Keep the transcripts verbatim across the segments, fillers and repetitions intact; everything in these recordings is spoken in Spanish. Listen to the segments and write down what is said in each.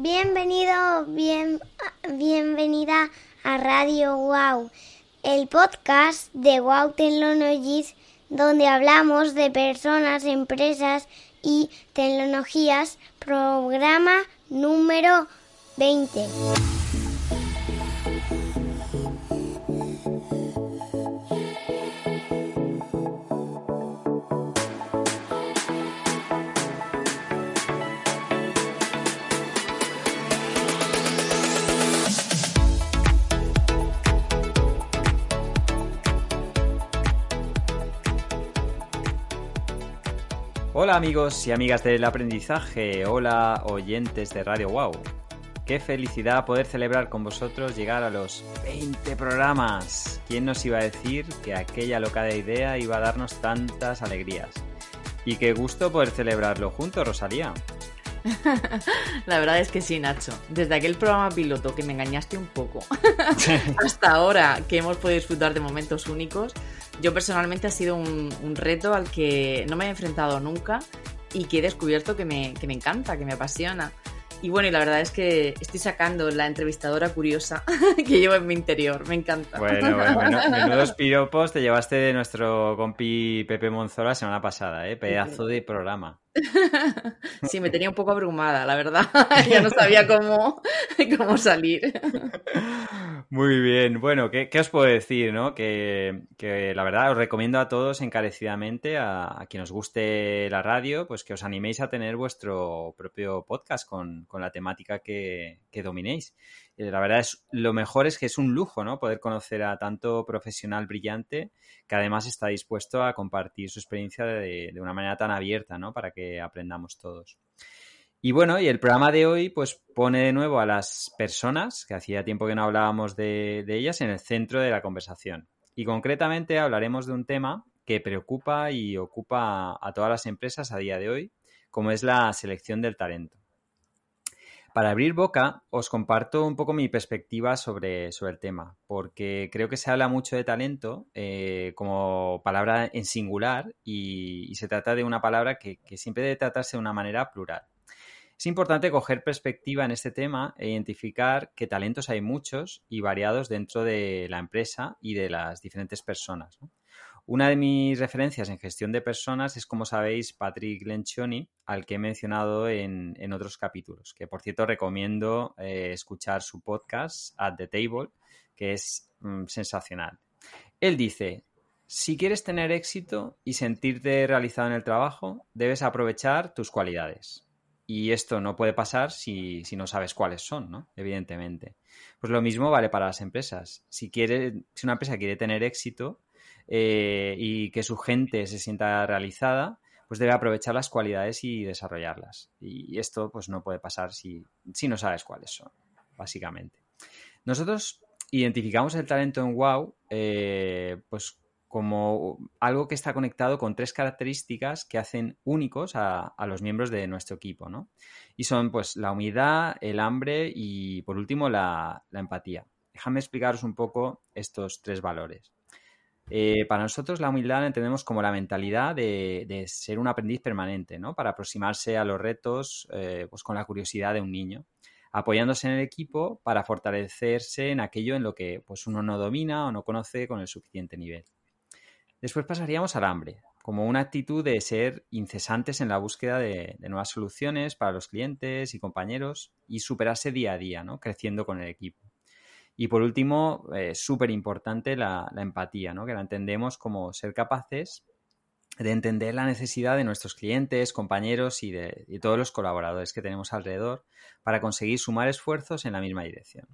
Bienvenido, bien, bienvenida a Radio Wow, el podcast de Wow Technologies, donde hablamos de personas, empresas y tecnologías, programa número veinte. Hola amigos y amigas del aprendizaje, hola oyentes de Radio Wow. Qué felicidad poder celebrar con vosotros llegar a los veinte programas. ¿Quién nos iba a decir que aquella locada idea iba a darnos tantas alegrías? Y qué gusto poder celebrarlo juntos, Rosalía. La verdad es que sí, Nacho. Desde aquel programa piloto que me engañaste un poco hasta ahora que hemos podido disfrutar de momentos únicos, yo personalmente ha sido un, un reto al que no me he enfrentado nunca y que he descubierto que me, que me encanta, que me apasiona. Y bueno, y la verdad es que estoy sacando la entrevistadora curiosa que llevo en mi interior. Me encanta. Bueno, bueno, bueno. Menudos piropos te llevaste de nuestro compi Pepe Monzola la semana pasada, ¿eh? Pedazo de programa. Sí, me tenía un poco abrumada, la verdad. Yo no sabía cómo, cómo salir. Muy bien. Bueno, ¿qué, qué os puedo decir, no? Que, que la verdad os recomiendo a todos encarecidamente, a, a quien os guste la radio, pues que os animéis a tener vuestro propio podcast con, con la temática que, que dominéis. Eh, la verdad es, lo mejor es que es un lujo, ¿no? Poder conocer a tanto profesional brillante que además está dispuesto a compartir su experiencia de, de una manera tan abierta, ¿no? Para que aprendamos todos. Y bueno, y el programa de hoy pues pone de nuevo a las personas, que hacía tiempo que no hablábamos de, de ellas, en el centro de la conversación. Y concretamente hablaremos de un tema que preocupa y ocupa a todas las empresas a día de hoy, como es la selección del talento. Para abrir boca, os comparto un poco mi perspectiva sobre, sobre el tema, porque creo que se habla mucho de talento eh, como palabra en singular y, y se trata de una palabra que, que siempre debe tratarse de una manera plural. Es importante coger perspectiva en este tema e identificar que talentos hay muchos y variados dentro de la empresa y de las diferentes personas, ¿no? Una de mis referencias en gestión de personas es, como sabéis, Patrick Lencioni, al que he mencionado en, en otros capítulos, que por cierto recomiendo eh, escuchar su podcast At the Table, que es mm, sensacional. Él dice: si quieres tener éxito y sentirte realizado en el trabajo, debes aprovechar tus cualidades. Y esto no puede pasar si, si no sabes cuáles son, ¿no? Evidentemente. Pues lo mismo vale para las empresas. Si, quiere, si una empresa quiere tener éxito eh, y que su gente se sienta realizada, pues debe aprovechar las cualidades y desarrollarlas. Y esto pues no puede pasar si, si no sabes cuáles son, básicamente. Nosotros identificamos el talento en Wow eh, pues como algo que está conectado con tres características que hacen únicos a, a los miembros de nuestro equipo, ¿no? Y son pues la humildad, el hambre y por último la, la empatía. Déjame explicaros un poco estos tres valores. Eh, para nosotros la humildad la entendemos como la mentalidad de, de ser un aprendiz permanente, ¿no? Para aproximarse a los retos eh, pues con la curiosidad de un niño, apoyándose en el equipo para fortalecerse en aquello en lo que pues, uno no domina o no conoce con el suficiente nivel. Después pasaríamos al hambre, como una actitud de ser incesantes en la búsqueda de, de nuevas soluciones para los clientes y compañeros y superarse día a día, ¿no? Creciendo con el equipo. Y por último, eh, súper importante la, la empatía, ¿no? Que la entendemos como ser capaces de entender la necesidad de nuestros clientes, compañeros y de, de todos los colaboradores que tenemos alrededor para conseguir sumar esfuerzos en la misma dirección.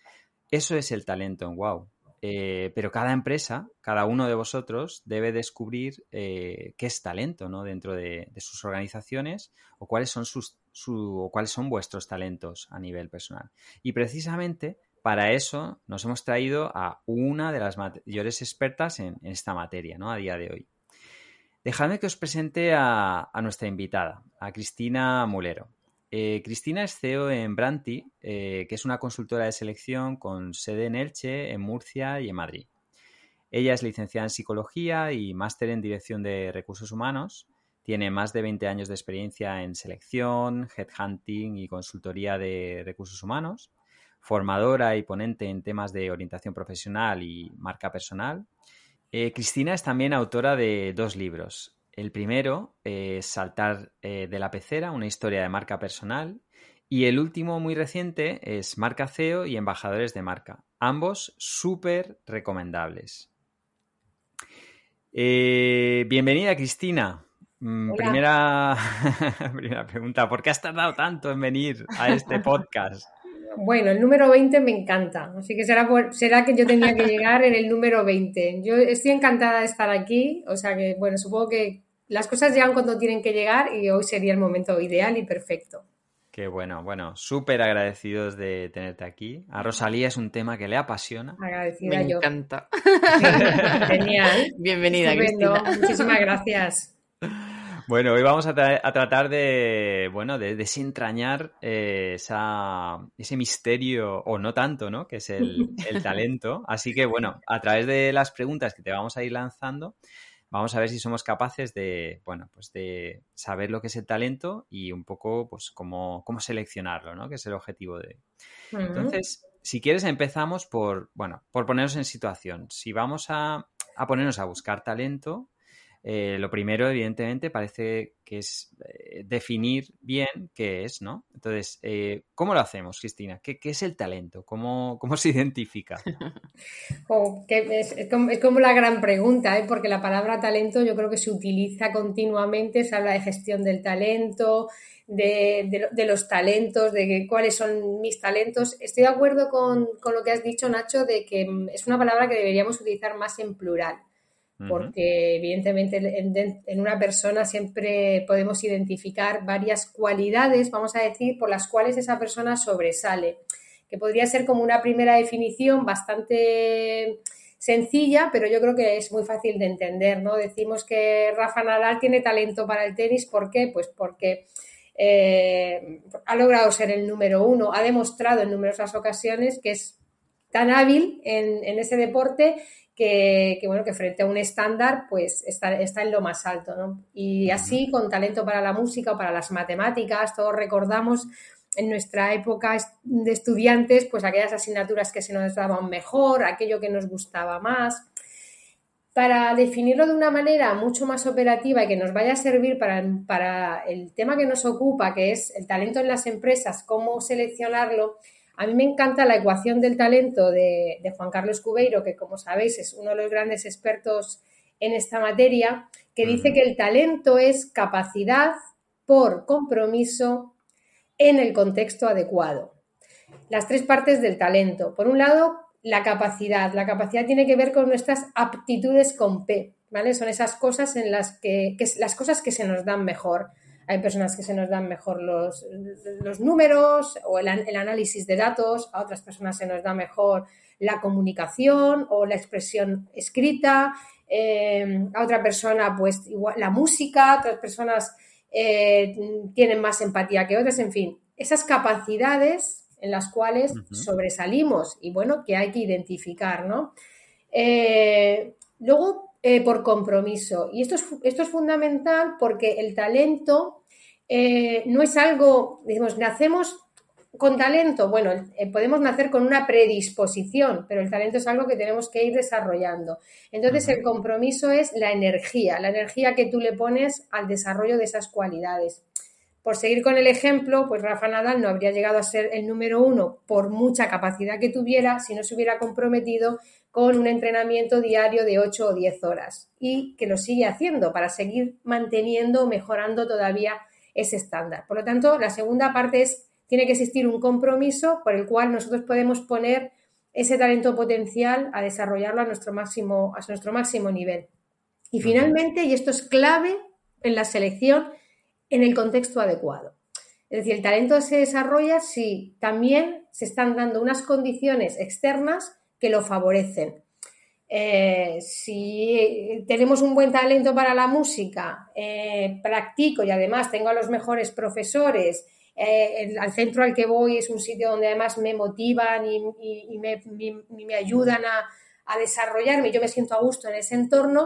Eso es el talento en Wow. Eh, pero cada empresa, cada uno de vosotros debe descubrir eh, qué es talento, ¿no? Dentro de, de sus organizaciones o cuáles son sus, su, o cuáles son vuestros talentos a nivel personal. Y precisamente para eso nos hemos traído a una de las mayores expertas en, en esta materia, ¿no? A día de hoy. Dejadme que os presente a, a nuestra invitada, a Cristina Mulero. Eh, Cristina es C E O en Branti, eh, que es una consultora de selección con sede en Elche, en Murcia y en Madrid. Ella es licenciada en Psicología y máster en Dirección de Recursos Humanos. Tiene más de veinte años de experiencia en selección, headhunting y consultoría de recursos humanos. Formadora y ponente en temas de orientación profesional y marca personal. Eh, Cristina es también autora de dos libros. El primero es Saltar eh, de la pecera, una historia de marca personal. Y el último, muy reciente, es Marca C E O y Embajadores de Marca. Ambos súper recomendables. Eh, bienvenida, Cristina. Mm, primera, primera pregunta, ¿por qué has tardado tanto en venir a este podcast? Bueno, el número veinte me encanta, así que será, por, será que yo tenía que llegar en el número veinte. Yo estoy encantada de estar aquí, o sea que, bueno, supongo que las cosas llegan cuando tienen que llegar y hoy sería el momento ideal y perfecto. Qué bueno, bueno, súper agradecidos de tenerte aquí. A Rosalía es un tema que le apasiona. Agradecida me yo. encanta. Genial. Bienvenida, Estupendo. Cristina. Muchísimas gracias. Bueno, hoy vamos a, tra- a tratar de, bueno, de desentrañar eh, esa, ese misterio, o no tanto, ¿no? Que es el, el talento. Así que, bueno, a través de las preguntas que te vamos a ir lanzando, vamos a ver si somos capaces de, bueno, pues de saber lo que es el talento y un poco, pues, cómo, cómo seleccionarlo, ¿no? Que es el objetivo de... Uh-huh. Entonces, si quieres, empezamos por, bueno, por ponernos en situación. Si vamos a, a ponernos a buscar talento... Eh, lo primero, evidentemente, parece que es eh, definir bien qué es, ¿no? Entonces, eh, ¿cómo lo hacemos, Cristina? ¿Qué, qué es el talento? ¿Cómo, cómo se identifica? Oh, que es, es, como, es como la gran pregunta, ¿eh? Porque la palabra talento yo creo que se utiliza continuamente, se habla de gestión del talento, de, de, de los talentos, de que, cuáles son mis talentos. Estoy de acuerdo con, con lo que has dicho, Nacho, de que es una palabra que deberíamos utilizar más en plural. Porque evidentemente en, en una persona siempre podemos identificar varias cualidades, vamos a decir, por las cuales esa persona sobresale, que podría ser como una primera definición bastante sencilla, pero yo creo que es muy fácil de entender, ¿no? Decimos que Rafa Nadal tiene talento para el tenis, ¿por qué? Pues porque eh, ha logrado ser el número uno, ha demostrado en numerosas ocasiones que es tan hábil en, en ese deporte Que, que, bueno, que frente a un estándar pues está, está en lo más alto, ¿no? Y así con talento para la música o para las matemáticas, todos recordamos en nuestra época de estudiantes pues aquellas asignaturas que se nos daban mejor, aquello que nos gustaba más. Para definirlo de una manera mucho más operativa y que nos vaya a servir para, para el tema que nos ocupa, que es el talento en las empresas, cómo seleccionarlo. A mí me encanta la ecuación del talento de, de Juan Carlos Cubeiro, que como sabéis es uno de los grandes expertos en esta materia, que uh-huh. dice que el talento es capacidad por compromiso en el contexto adecuado. Las tres partes del talento. Por un lado, la capacidad. La capacidad tiene que ver con nuestras aptitudes con P, ¿vale? Son esas cosas en las que, que las cosas que se nos dan mejor. Hay personas que se nos dan mejor los, los números o el, el análisis de datos, a otras personas se nos da mejor la comunicación o la expresión escrita, eh, a otra persona pues igual la música, otras personas eh, tienen más empatía que otras, en fin, esas capacidades en las cuales uh-huh. sobresalimos y bueno, que hay que identificar, ¿no? Eh, luego, Eh, por compromiso. Y esto es, esto es fundamental porque el talento eh, no es algo, decimos, nacemos con talento. Bueno, eh, podemos nacer con una predisposición, pero el talento es algo que tenemos que ir desarrollando. Entonces, uh-huh. el compromiso es la energía, la energía que tú le pones al desarrollo de esas cualidades. Por seguir con el ejemplo, pues Rafa Nadal no habría llegado a ser el número uno por mucha capacidad que tuviera si no se hubiera comprometido con un entrenamiento diario de ocho o diez horas y que lo sigue haciendo para seguir manteniendo o mejorando todavía ese estándar. Por lo tanto, la segunda parte es, tiene que existir un compromiso por el cual nosotros podemos poner ese talento potencial a desarrollarlo a nuestro máximo, a nuestro máximo nivel. Y finalmente, y esto es clave en la selección, en el contexto adecuado. Es decir, el talento se desarrolla si también se están dando unas condiciones externas que lo favorecen. Eh, si tenemos un buen talento para la música, eh, practico y además tengo a los mejores profesores, eh, el, al centro al que voy es un sitio donde además me motivan y, y, y me, me, me ayudan a, a desarrollarme, yo me siento a gusto en ese entorno,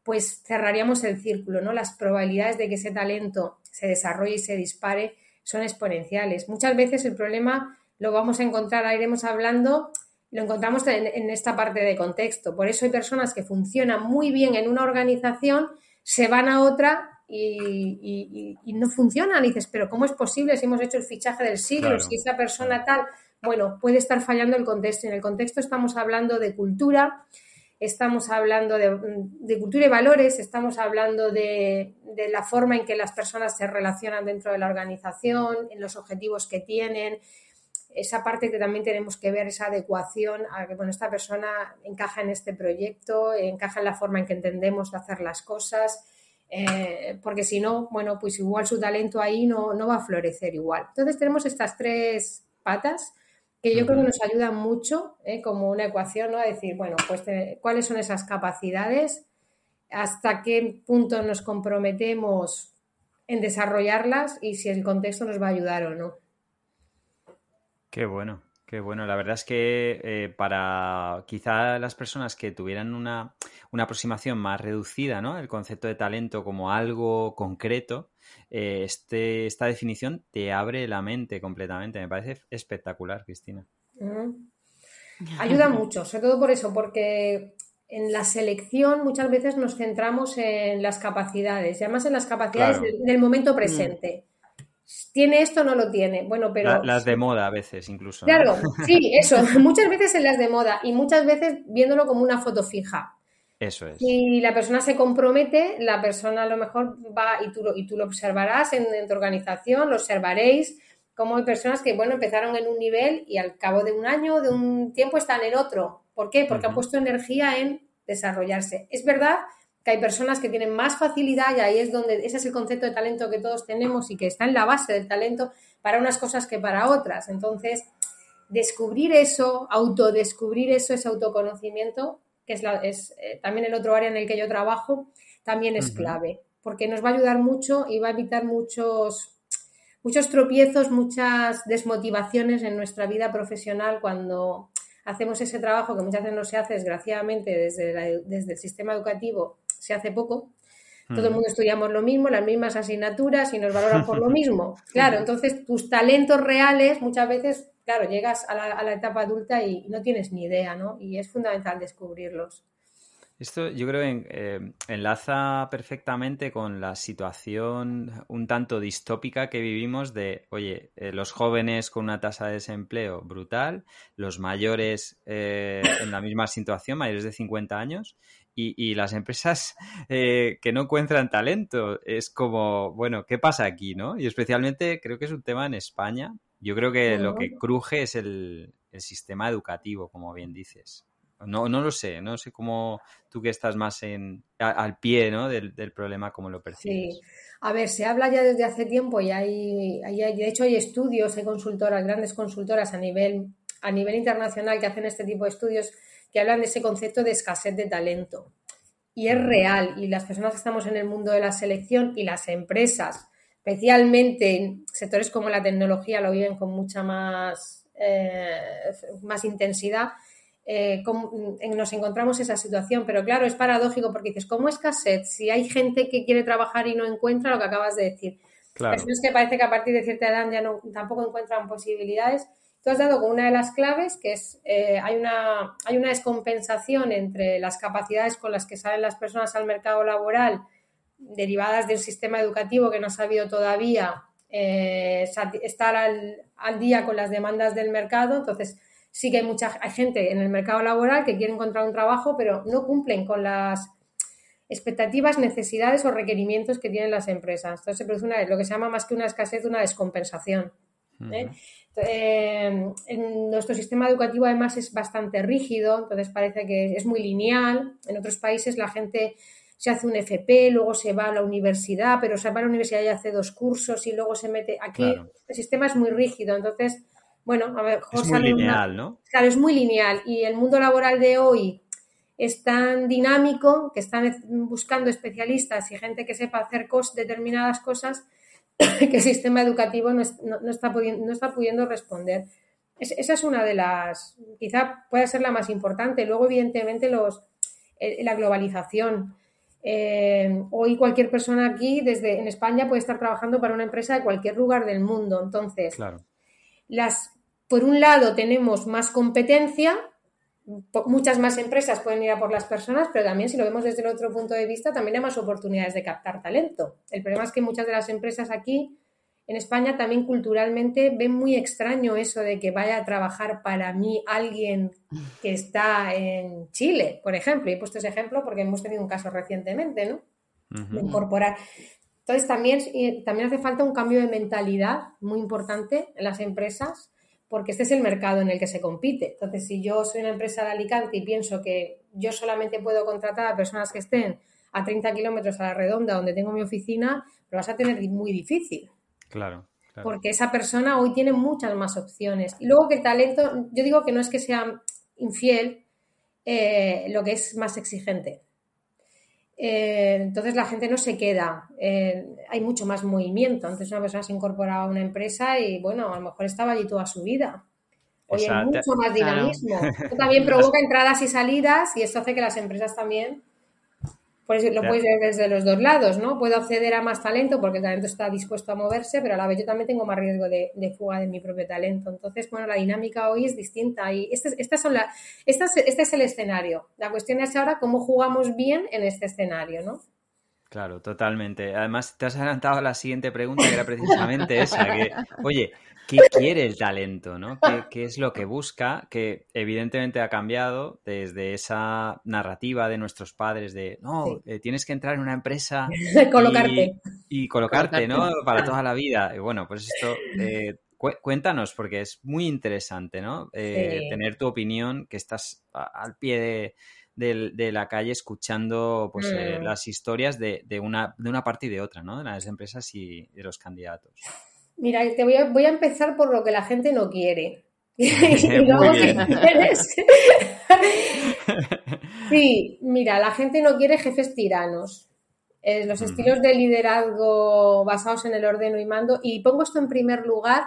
pues cerraríamos el círculo, ¿no? Las probabilidades de que ese talento se desarrolle y se dispare son exponenciales. Muchas veces el problema lo vamos a encontrar, ahí iremos hablando, lo encontramos en, en esta parte de contexto. Por eso hay personas que funcionan muy bien en una organización, se van a otra y, y, y no funcionan. Y dices, pero ¿cómo es posible si hemos hecho el fichaje del siglo? Claro, Si esa persona claro. tal... Bueno, puede estar fallando el contexto. En el contexto estamos hablando de cultura, estamos hablando de, de cultura y valores, estamos hablando de, de la forma en que las personas se relacionan dentro de la organización, en los objetivos que tienen, esa parte que también tenemos que ver, esa adecuación a que, bueno, esta persona encaja en este proyecto, encaja en la forma en que entendemos de hacer las cosas, eh, porque si no, bueno, pues igual su talento ahí no, no va a florecer igual. Entonces tenemos estas tres patas que yo uh-huh. creo que nos ayudan mucho, ¿eh? Como una ecuación, ¿no? A decir, bueno, pues te, cuáles son esas capacidades, hasta qué punto nos comprometemos en desarrollarlas y si el contexto nos va a ayudar o no. Qué bueno, qué bueno. La verdad es que eh, para quizá las personas que tuvieran una, una aproximación más reducida, ¿no? El concepto de talento como algo concreto, eh, este, esta definición te abre la mente completamente. Me parece espectacular, Cristina. Uh-huh. Ayuda mucho, sobre todo por eso, porque en la selección muchas veces nos centramos en las capacidades, y además en las capacidades claro. del, del momento presente. Mm. ¿Tiene esto o no lo tiene? Bueno, pero... La, las de moda a veces incluso. Claro, ¿no? Sí, eso. Muchas veces en las de moda y muchas veces viéndolo como una foto fija. Eso es. Si la persona se compromete, la persona a lo mejor va y tú lo, y tú lo observarás en, en tu organización, lo observaréis, como hay personas que, bueno, empezaron en un nivel y al cabo de un año, de un tiempo, están en otro. ¿Por qué? Porque uh-huh. han puesto energía en desarrollarse. Es verdad que hay personas que tienen más facilidad y ahí es donde, ese es el concepto de talento que todos tenemos y que está en la base del talento para unas cosas que para otras. Entonces, descubrir eso, autodescubrir eso, ese autoconocimiento, que es, la, es eh, también el otro área en el que yo trabajo, también es uh-huh. clave, porque nos va a ayudar mucho y va a evitar muchos, muchos tropiezos, muchas desmotivaciones en nuestra vida profesional cuando hacemos ese trabajo que muchas veces no se hace, desgraciadamente, desde, la, desde el sistema educativo, se hace poco. Uh-huh. Todo el mundo estudiamos lo mismo, las mismas asignaturas y nos valoran por lo mismo. Claro, entonces tus talentos reales muchas veces, claro, llegas a la, a la etapa adulta y no tienes ni idea, ¿no? Y es fundamental descubrirlos. Esto yo creo que eh, enlaza perfectamente con la situación un tanto distópica que vivimos de, oye, eh, los jóvenes con una tasa de desempleo brutal, los mayores eh, en la misma situación, mayores de cincuenta años, y, y las empresas eh, que no encuentran talento. Es como, bueno, ¿qué pasa aquí, no? Y especialmente creo que es un tema en España. Yo creo que uh-huh. lo que cruje es el, el sistema educativo, como bien dices. No, no lo sé, no sé cómo tú que estás más en, a, al pie, ¿no? del, del problema, cómo lo percibes. Sí, a ver, se habla ya desde hace tiempo y hay, hay, de hecho hay estudios, hay consultoras, grandes consultoras a nivel, a nivel internacional que hacen este tipo de estudios que hablan de ese concepto de escasez de talento. Y es real, y las personas que estamos en el mundo de la selección y las empresas, especialmente en sectores como la tecnología, lo viven con mucha más, eh, más intensidad. Eh, con, en, nos encontramos esa situación, pero claro, es paradójico porque dices, ¿cómo escasez? Si hay gente que quiere trabajar y no encuentra, lo que acabas de decir. Claro. Personas que parece que a partir de cierta edad ya no, tampoco encuentran posibilidades. Tú has dado con una de las claves, que es eh, hay, una, hay una descompensación entre las capacidades con las que salen las personas al mercado laboral derivadas del sistema educativo que no ha sabido todavía eh, estar al, al día con las demandas del mercado. Entonces, sí que hay mucha hay gente en el mercado laboral que quiere encontrar un trabajo, pero no cumplen con las expectativas, necesidades o requerimientos que tienen las empresas. Entonces se produce una, lo que se llama más que una escasez, una descompensación. ¿eh? Uh-huh. Eh, en nuestro sistema educativo además es bastante rígido, entonces parece que es muy lineal. En otros países la gente se hace un F P, luego se va a la universidad, pero se va a la universidad y hace dos cursos y luego se mete... Aquí claro. El sistema es muy rígido, entonces... Bueno, a ver, es muy lineal, una... ¿no? Claro, es muy lineal y el mundo laboral de hoy es tan dinámico que están buscando especialistas y gente que sepa hacer cos- determinadas cosas que el sistema educativo no, es, no, no, está pudiendo, no está pudiendo responder. Es, esa es una de las, quizá pueda ser la más importante. Luego, evidentemente, los, eh, la globalización. Eh, hoy cualquier persona aquí, desde en España, puede estar trabajando para una empresa de cualquier lugar del mundo. Entonces, claro. las, por un lado tenemos más competencia, muchas más empresas pueden ir a por las personas, pero también si lo vemos desde el otro punto de vista, también hay más oportunidades de captar talento. El problema es que muchas de las empresas aquí en España también culturalmente ven muy extraño eso de que vaya a trabajar para mí alguien que está en Chile, por ejemplo. Y he puesto ese ejemplo porque hemos tenido un caso recientemente, ¿no? Uh-huh. De incorporar. Entonces también, también hace falta un cambio de mentalidad muy importante en las empresas, porque este es el mercado en el que se compite. Entonces, si yo soy una empresa de Alicante y pienso que yo solamente puedo contratar a personas que estén a treinta kilómetros a la redonda donde tengo mi oficina, lo vas a tener muy difícil. Claro, claro. Porque esa persona hoy tiene muchas más opciones. Y luego que el talento, yo digo que no es que sea infiel, eh, lo que es más exigente. Eh, entonces la gente no se queda, eh, hay mucho más movimiento. Antes una persona se incorporaba a una empresa y bueno, a lo mejor estaba allí toda su vida. Hoy hay mucho más dinamismo. Claro. Esto también provoca entradas y salidas y esto hace que las empresas también, pues lo puedes ver desde los dos lados, ¿no? Puedo acceder a más talento porque el talento está dispuesto a moverse, pero a la vez yo también tengo más riesgo de, de fuga de mi propio talento. Entonces, bueno, la dinámica hoy es distinta y este, estas son la, estas, este es el escenario. La cuestión es ahora cómo jugamos bien en este escenario, ¿no? Claro, totalmente. Además, te has adelantado a la siguiente pregunta, que era precisamente esa, que, oye, ¿qué quiere el talento, no? ¿Qué, qué es lo que busca? Que evidentemente ha cambiado desde esa narrativa de nuestros padres de, no, sí. eh, tienes que entrar en una empresa colocarte. Y, y colocarte, ¿no? Para toda la vida. Y bueno, pues esto, eh, cu- cuéntanos, porque es muy interesante, ¿no? Eh, sí. Tener tu opinión, que estás a, al pie de... De, de la calle escuchando pues mm. eh, las historias de, de, una, de una parte y de otra, ¿no? De las empresas y de los candidatos. Mira, te voy a, voy a empezar por lo que la gente no quiere. Muy bien. Sí, mira, la gente no quiere jefes tiranos. Eh, los mm. estilos de liderazgo basados en el ordeno y mando. Y pongo esto en primer lugar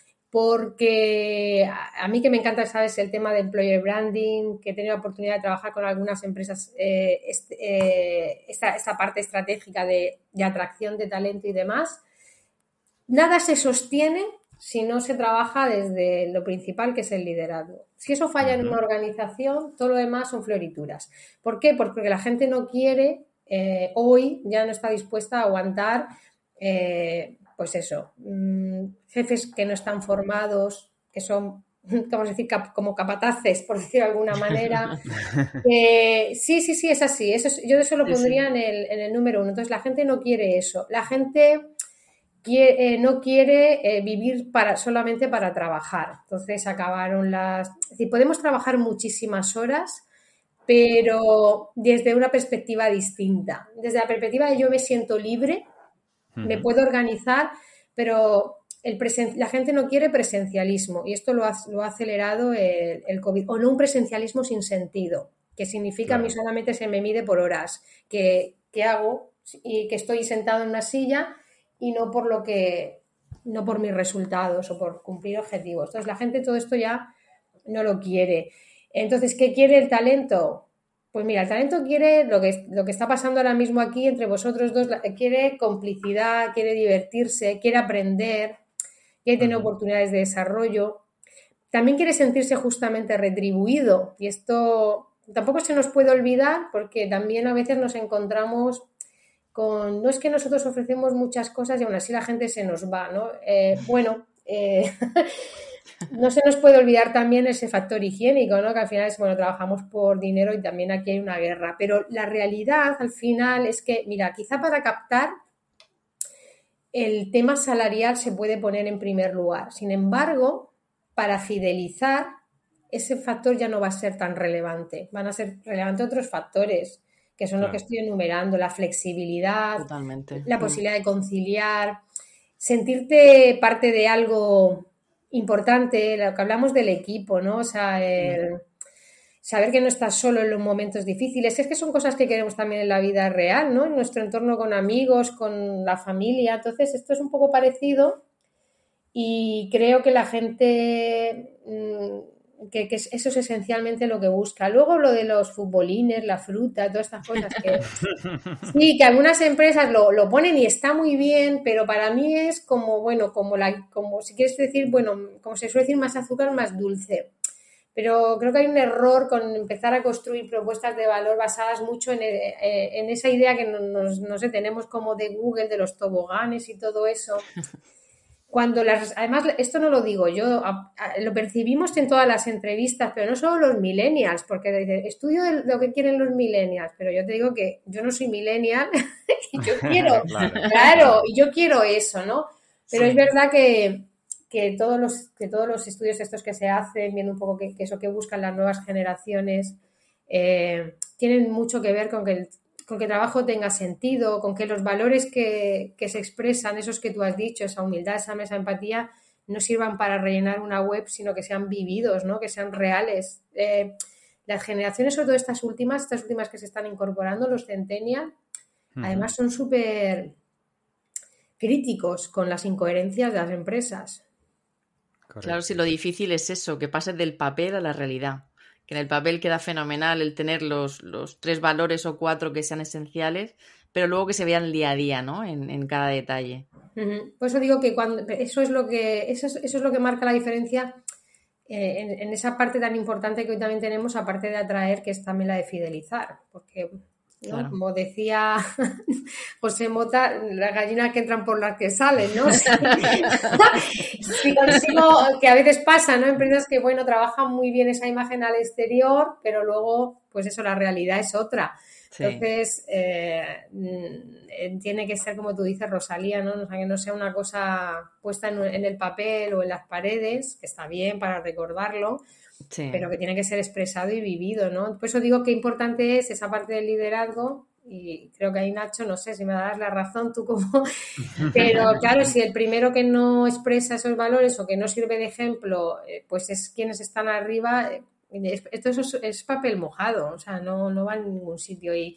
porque a mí que me encanta, ¿sabes?, el tema de employer branding, que he tenido la oportunidad de trabajar con algunas empresas, eh, este, eh, esta, esta parte estratégica de, de atracción de talento y demás. Nada se sostiene si no se trabaja desde lo principal, que es el liderazgo. Si eso falla uh-huh. en una organización, todo lo demás son florituras. ¿Por qué? Porque la gente no quiere, eh, hoy ya no está dispuesta a aguantar... Eh, pues eso, mmm, jefes que no están formados, que son, vamos a decir, cap- como capataces, por decirlo de alguna manera. eh, sí, sí, sí, es así. Eso es, yo eso lo pondría sí, sí. En, el, en el número uno. Entonces, la gente no quiere eso. La gente quiere, eh, no quiere eh, vivir para, solamente para trabajar. Entonces, acabaron las... Es decir, podemos trabajar muchísimas horas, pero desde una perspectiva distinta. Desde la perspectiva de yo me siento libre, me puedo organizar, pero el presen- la gente no quiere presencialismo y esto lo ha, lo ha acelerado el, el COVID. O no un presencialismo sin sentido, que significa claro. A mí solamente se me mide por horas que, que hago y que estoy sentado en una silla y no por lo que, no por mis resultados o por cumplir objetivos. Entonces la gente todo esto ya no lo quiere. Entonces, ¿qué quiere el talento? Pues mira, el talento quiere lo que, lo que está pasando ahora mismo aquí entre vosotros dos, quiere complicidad, quiere divertirse, quiere aprender, quiere tener uh-huh. oportunidades de desarrollo. También quiere sentirse justamente retribuido y esto tampoco se nos puede olvidar porque también a veces nos encontramos con... No es que nosotros ofrecemos muchas cosas y aún así la gente se nos va, ¿no? Eh, bueno... Eh, No se nos puede olvidar también ese factor higiénico, ¿no? Que al final es, bueno, trabajamos por dinero y también aquí hay una guerra. Pero la realidad al final es que, mira, quizá para captar el tema salarial se puede poner en primer lugar. Sin embargo, para fidelizar, ese factor ya no va a ser tan relevante. Van a ser relevantes otros factores, que son claro. los que estoy enumerando, la flexibilidad, Totalmente. la posibilidad de conciliar, sentirte parte de algo importante, lo que hablamos del equipo, ¿no? O sea, el saber que no estás solo en los momentos difíciles. Es que son cosas que queremos también en la vida real, ¿no? En nuestro entorno con amigos, con la familia. Entonces, esto es un poco parecido y creo que la gente que, que eso es esencialmente lo que busca. Luego lo de los futbolines, la fruta, todas estas cosas que sí, que algunas empresas lo, lo ponen y está muy bien, pero para mí es como, bueno, como la, como si quieres decir, bueno, como se suele decir, más azúcar, más dulce. Pero creo que hay un error con empezar a construir propuestas de valor basadas mucho en, en esa idea que nos, no sé, tenemos como de Google, de los toboganes y todo eso. Cuando las, además, esto no lo digo yo, a, a, lo percibimos en todas las entrevistas, pero no solo los millennials, porque estudio de lo que quieren los millennials, pero yo te digo que yo no soy millennial y yo quiero, claro. claro, y yo quiero eso, ¿no? Pero sí. Es verdad que que todos los que todos los estudios estos que se hacen, viendo un poco que, que eso que buscan las nuevas generaciones, eh, tienen mucho que ver con que el, con que el trabajo tenga sentido, con que los valores que, que se expresan, esos que tú has dicho, esa humildad, esa, esa empatía, no sirvan para rellenar una web, sino que sean vividos, ¿no? Que sean reales. Eh, las generaciones, sobre todo estas últimas, estas últimas que se están incorporando, los centennials, uh-huh. además son súper críticos con las incoherencias de las empresas. Correcto. Claro, si lo difícil es eso, que pase del papel a la realidad. Que en el papel queda fenomenal el tener los, los tres valores o cuatro que sean esenciales, pero luego que se vean el día a día, ¿no? En, en cada detalle. Uh-huh. Por eso digo que cuando eso es lo que eso es, eso es lo que marca la diferencia eh, en, en esa parte tan importante que hoy también tenemos, aparte de atraer, que es también la de fidelizar, porque ¿no? Claro. Como decía José Mota, las gallinas que entran por las que salen, ¿no? Si consigo, que a veces pasa, ¿no? Empresas que, bueno, trabajan muy bien esa imagen al exterior, pero luego, pues eso, la realidad es otra. Sí. Entonces, eh, tiene que ser, como tú dices, Rosalía, ¿no? O sea, que no sea una cosa puesta en, en el papel o en las paredes, que está bien para recordarlo, sí. pero que tiene que ser expresado y vivido, ¿no? Por eso digo que importante es esa parte del liderazgo, y creo que ahí, Nacho, no sé si me darás la razón tú como... Pero claro, si el primero que no expresa esos valores o que no sirve de ejemplo, pues es quienes están arriba, esto es, es papel mojado, o sea, no, no va a ningún sitio. Y,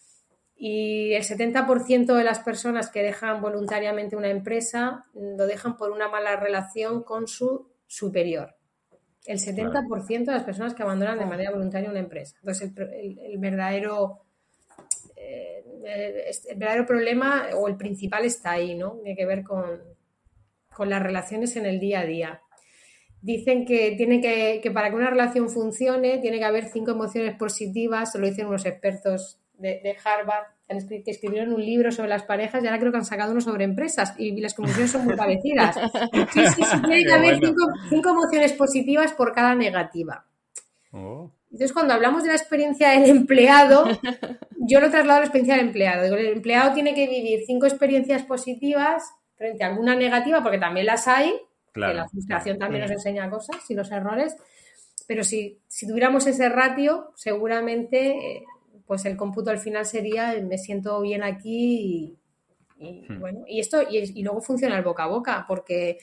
y el setenta por ciento de las personas que dejan voluntariamente una empresa lo dejan por una mala relación con su superior. El setenta por ciento de las personas que abandonan de manera voluntaria una empresa. Entonces, el, el, el verdadero eh, el verdadero problema o el principal está ahí, ¿no? Tiene que ver con, con las relaciones en el día a día. Dicen que tiene que, que para que una relación funcione tiene que haber cinco emociones positivas, lo dicen unos expertos de, de Harvard, que escribieron un libro sobre las parejas y ahora creo que han sacado uno sobre empresas y las conclusiones son muy parecidas. Sí, sí, sí, tiene que haber cinco, cinco emociones positivas por cada negativa. Oh. Entonces, cuando hablamos de la experiencia del empleado, yo lo traslado a la experiencia del empleado. Digo, el empleado tiene que vivir cinco experiencias positivas frente a alguna negativa, porque también las hay, claro, que la frustración claro. también nos enseña cosas y los errores, pero si, si tuviéramos ese ratio, seguramente... Eh, pues el cómputo al final sería me siento bien aquí y, y hmm. bueno, y esto y, y luego funciona el boca a boca porque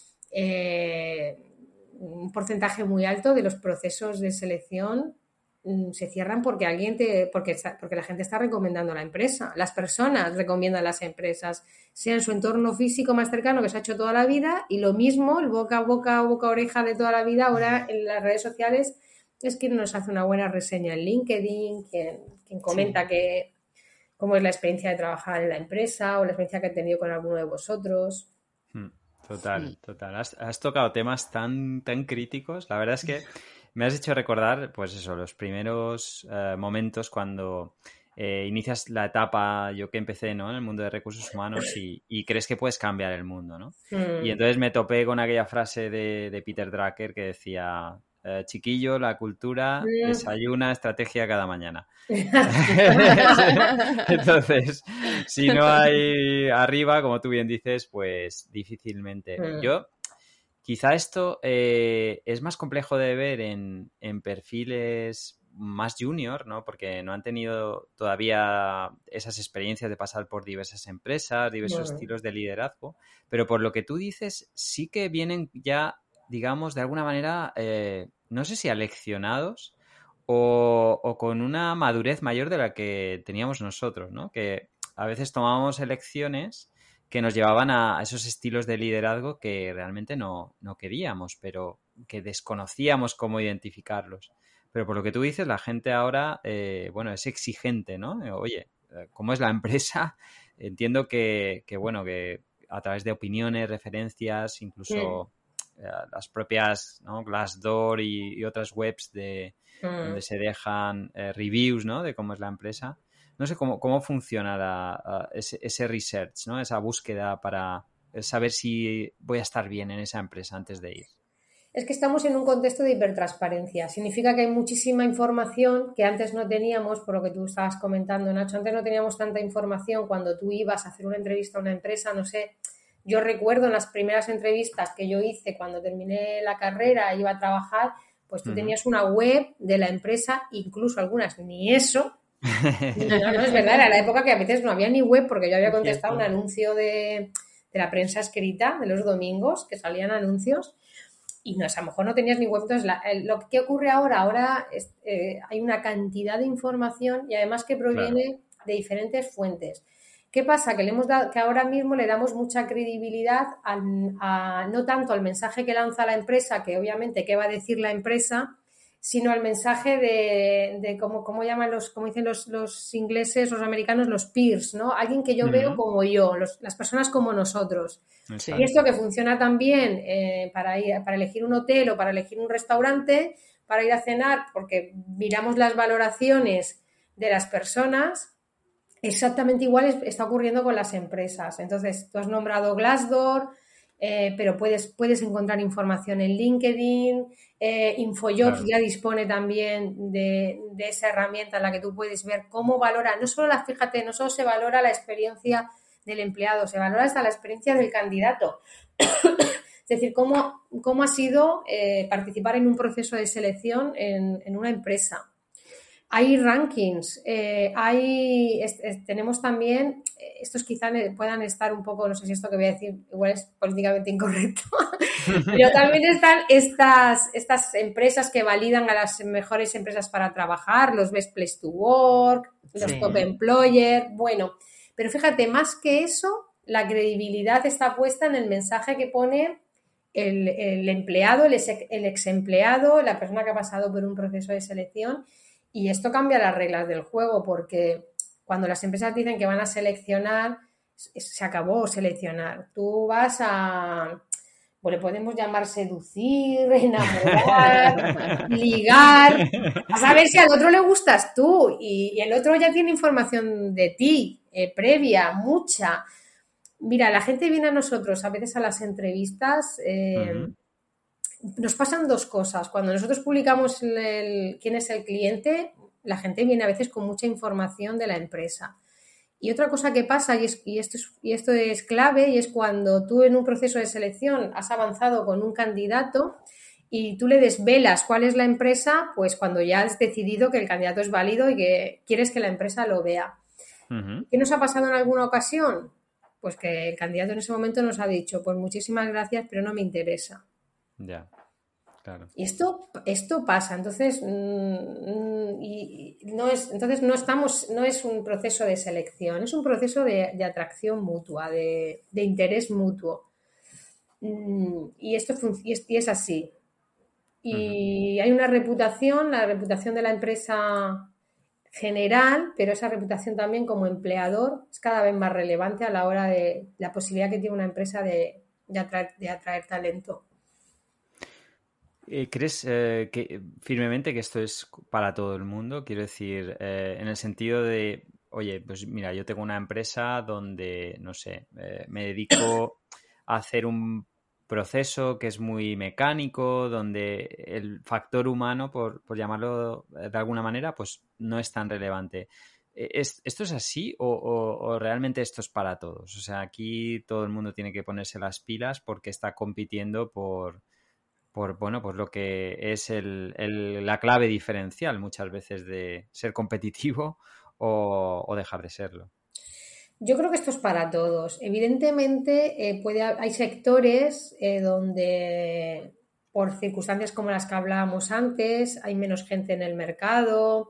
eh, un porcentaje muy alto de los procesos de selección mm, se cierran porque alguien te, porque, porque la gente está recomendando a la empresa, las personas recomiendan a las empresas, sea en su entorno físico más cercano que se ha hecho toda la vida, y lo mismo, el boca a boca o boca a oreja de toda la vida, ahora en las redes sociales es quien nos hace una buena reseña en LinkedIn, quien, quien comenta sí. que cómo es la experiencia de trabajar en la empresa o la experiencia que he tenido con alguno de vosotros. Total, total. Has, has tocado temas tan, tan críticos. La verdad es que me has hecho recordar, pues eso, los primeros uh, momentos cuando eh, inicias la etapa, yo que empecé, ¿no? En el mundo de recursos humanos y, y crees que puedes cambiar el mundo, ¿no? Mm. Y entonces me topé con aquella frase de, de Peter Drucker que decía... Eh, chiquillo, la cultura desayuna estrategia cada mañana. Entonces, si no hay arriba, como tú bien dices, pues difícilmente. Mm. Yo, quizá esto eh, es más complejo de ver en, en perfiles más junior, ¿no? Porque no han tenido todavía esas experiencias de pasar por diversas empresas, diversos mm. estilos de liderazgo, pero por lo que tú dices, sí que vienen ya, digamos, de alguna manera, eh, no sé si aleccionados o, o con una madurez mayor de la que teníamos nosotros, ¿no? Que a veces tomábamos elecciones que nos llevaban a esos estilos de liderazgo que realmente no, no queríamos, pero que desconocíamos cómo identificarlos. Pero por lo que tú dices, la gente ahora, eh, bueno, es exigente, ¿no? Oye, ¿cómo es la empresa? Entiendo que, que bueno, que a través de opiniones, referencias, incluso mm. eh, las propias, ¿no? Glassdoor y, y otras webs de mm. donde se dejan eh, reviews, ¿no? De cómo es la empresa. No sé cómo, cómo funciona la, uh, ese, ese research, ¿no? Esa búsqueda para saber si voy a estar bien en esa empresa antes de ir. Es que estamos en un contexto de hipertransparencia. Significa que hay muchísima información que antes no teníamos, por lo que tú estabas comentando, Nacho. Antes no teníamos tanta información cuando tú ibas a hacer una entrevista a una empresa, no sé. Yo recuerdo en las primeras entrevistas que yo hice cuando terminé la carrera e iba a trabajar, pues tú uh-huh. tenías una web de la empresa, incluso algunas ni eso. No, no, es verdad, era la época que a veces no había ni web porque yo había contestado un anuncio de, de la prensa escrita de los domingos, que salían anuncios. Y no, a lo mejor no tenías ni web. Entonces, la, el, lo que ocurre ahora, ahora es, eh, hay una cantidad de información y además que proviene claro. de diferentes fuentes. ¿Qué pasa? Que, le hemos dado, que ahora mismo le damos mucha credibilidad al, a, no tanto al mensaje que lanza la empresa, que obviamente qué va a decir la empresa, sino al mensaje de, de cómo, cómo llaman los, como dicen los, los ingleses, los americanos, los peers, ¿no? Alguien que yo uh-huh. veo como yo, los, las personas como nosotros. Sí. Y esto que funciona también eh, para, ir, para elegir un hotel o para elegir un restaurante, para ir a cenar, porque miramos las valoraciones de las personas, exactamente igual está ocurriendo con las empresas. Entonces, tú has nombrado Glassdoor, eh, pero puedes, puedes encontrar información en LinkedIn, eh, InfoJobs claro. ya dispone también de, de esa herramienta en la que tú puedes ver cómo valora, no solo la, fíjate, no solo se valora la experiencia del empleado, se valora hasta la experiencia del candidato. Es decir, cómo, cómo ha sido eh, participar en un proceso de selección en, en una empresa. Hay rankings, eh, hay es, es, tenemos también, estos quizás puedan estar un poco, no sé si esto que voy a decir igual es políticamente incorrecto, pero también están estas, estas empresas que validan a las mejores empresas para trabajar, los Best Place to Work, los sí. Top Employer, bueno, pero fíjate, más que eso, la credibilidad está puesta en el mensaje que pone el, el empleado, el ex, el ex empleado, la persona que ha pasado por un proceso de selección. Y esto cambia las reglas del juego porque cuando las empresas dicen que van a seleccionar, se acabó seleccionar. Tú vas a, pues le podemos llamar seducir, enamorar, ligar, a saber si al otro le gustas tú y, y el otro ya tiene información de ti, eh, previa, mucha. Mira, la gente viene a nosotros a veces a las entrevistas... Eh, uh-huh. Nos pasan dos cosas. Cuando nosotros publicamos el, quién es el cliente, la gente viene a veces con mucha información de la empresa. Y otra cosa que pasa, y, es, y, esto es, y esto es clave, y es cuando tú en un proceso de selección has avanzado con un candidato y tú le desvelas cuál es la empresa, pues cuando ya has decidido que el candidato es válido y que quieres que la empresa lo vea. Uh-huh. ¿Qué nos ha pasado en alguna ocasión? Pues que el candidato en ese momento nos ha dicho, pues muchísimas gracias, pero no me interesa. Ya, claro. Y esto, esto pasa, entonces, mmm, y, y no es, entonces no estamos, no es un proceso de selección, es un proceso de, de atracción mutua, de, de interés mutuo. Mm, y esto y es, y es así. Y uh-huh. hay una reputación, la reputación de la empresa general, pero esa reputación también como empleador es cada vez más relevante a la hora de la posibilidad que tiene una empresa de, de, atraer, de atraer talento. ¿Crees eh, que firmemente que esto es para todo el mundo? Quiero decir, eh, en el sentido de, oye, pues mira, yo tengo una empresa donde, no sé, eh, me dedico a hacer un proceso que es muy mecánico, donde el factor humano, por, por llamarlo de alguna manera, pues no es tan relevante. ¿Es, ¿Esto es así o, o, o realmente esto es para todos? O sea, aquí todo el mundo tiene que ponerse las pilas porque está compitiendo por... por bueno, pues lo que es el, el, la clave diferencial muchas veces de ser competitivo o, o dejar de serlo. Yo creo que esto es para todos. Evidentemente eh, puede, hay sectores eh, donde por circunstancias como las que hablábamos antes hay menos gente en el mercado,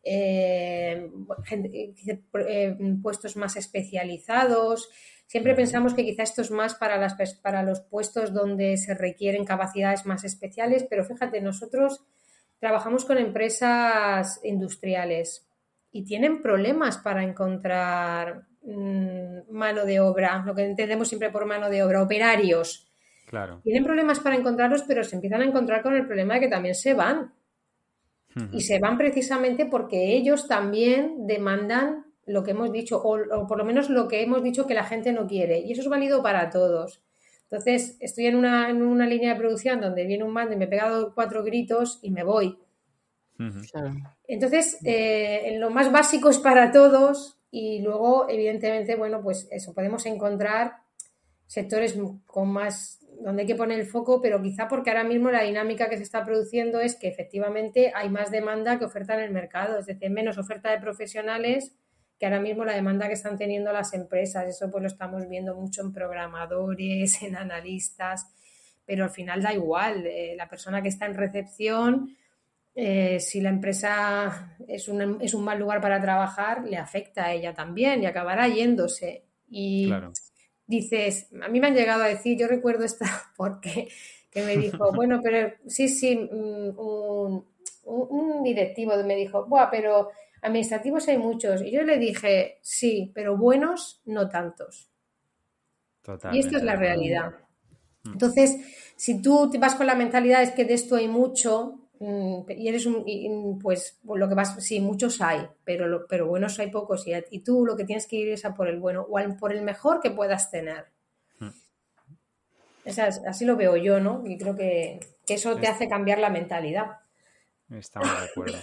eh, gente, eh, puestos más especializados. Siempre pensamos que quizá esto es más para, las, para los puestos donde se requieren capacidades más especiales, pero fíjate, nosotros trabajamos con empresas industriales y tienen problemas para encontrar mmm, mano de obra, lo que entendemos siempre por mano de obra, operarios. Claro. Tienen problemas para encontrarlos, pero se empiezan a encontrar con el problema de que también se van. Uh-huh. Y se van precisamente porque ellos también demandan lo que hemos dicho, o, o por lo menos lo que hemos dicho que la gente no quiere. Y eso es válido para todos. Entonces, estoy en una, en una línea de producción donde viene un mando y me he pegado cuatro gritos y me voy. Uh-huh. Entonces, eh, en lo más básico es para todos y luego, evidentemente, bueno, pues eso, podemos encontrar sectores con más, donde hay que poner el foco, pero quizá porque ahora mismo la dinámica que se está produciendo es que efectivamente hay más demanda que oferta en el mercado, es decir, menos oferta de profesionales que ahora mismo la demanda que están teniendo las empresas. Eso pues lo estamos viendo mucho en programadores, en analistas, pero al final da igual, eh, la persona que está en recepción, eh, si la empresa es un, es un mal lugar para trabajar, le afecta a ella también y acabará yéndose. Y claro. Dices, a mí me han llegado a decir, yo recuerdo esta porque que me dijo, bueno, pero sí, sí, un, un, un directivo me dijo, buah, pero administrativos hay muchos. Y yo le dije, sí, pero buenos no tantos. Totalmente. Y esto es la realidad. Entonces, si tú te vas con la mentalidad es que de esto hay mucho y eres un, y, pues lo que vas, sí, muchos hay, pero, lo, pero buenos hay pocos y, y tú lo que tienes que ir es a por el bueno o al, por el mejor que puedas tener. Hmm. O sea, así lo veo yo, ¿no? Y creo que, que eso te hace cambiar la mentalidad. Estamos de acuerdo.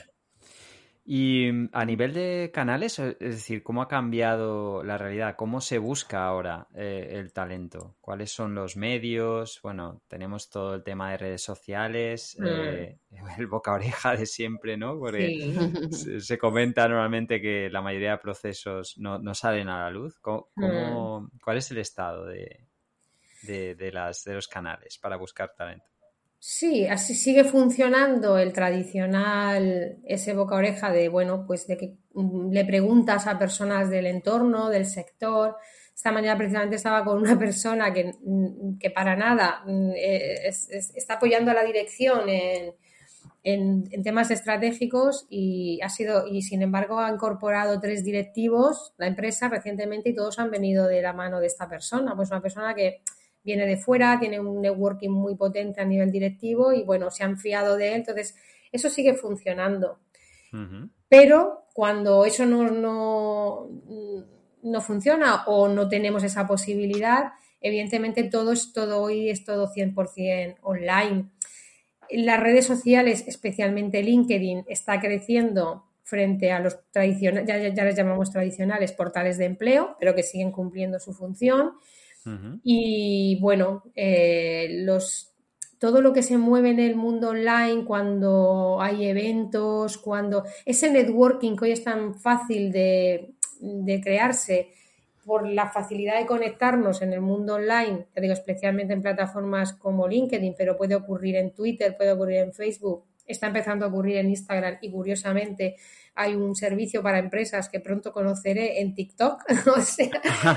Y a nivel de canales, es decir, ¿cómo ha cambiado la realidad? ¿Cómo se busca ahora eh, el talento? ¿Cuáles son los medios? Bueno, tenemos todo el tema de redes sociales, mm. eh, el boca a oreja de siempre, ¿no? Porque sí. se, se comenta normalmente que la mayoría de procesos no, no salen a la luz. ¿Cómo, cómo, mm. ¿Cuál es el estado de, de, de, las, de los canales para buscar talento? Sí, así sigue funcionando el tradicional, ese boca a oreja de, bueno, pues de que le preguntas a personas del entorno, del sector. Esta mañana precisamente estaba con una persona que, que para nada es, es, está apoyando a la dirección en, en, en temas estratégicos y ha sido, y sin embargo ha incorporado tres directivos la empresa recientemente y todos han venido de la mano de esta persona. Pues una persona que viene de fuera, tiene un networking muy potente a nivel directivo y, bueno, se han fiado de él. Entonces, eso sigue funcionando. Uh-huh. Pero cuando eso no, no, no funciona o no tenemos esa posibilidad, evidentemente todo, es, todo hoy es todo cien por ciento online. Las redes sociales, especialmente LinkedIn, está creciendo frente a los tradicionales, ya, ya les llamamos tradicionales, portales de empleo, pero que siguen cumpliendo su función. Uh-huh. Y bueno, eh, los, todo lo que se mueve en el mundo online, cuando hay eventos, cuando ese networking que hoy es tan fácil de, de crearse por la facilidad de conectarnos en el mundo online, te digo especialmente en plataformas como LinkedIn, pero puede ocurrir en Twitter, puede ocurrir en Facebook, está empezando a ocurrir en Instagram y curiosamente hay un servicio para empresas que pronto conoceré en TikTok. O sea,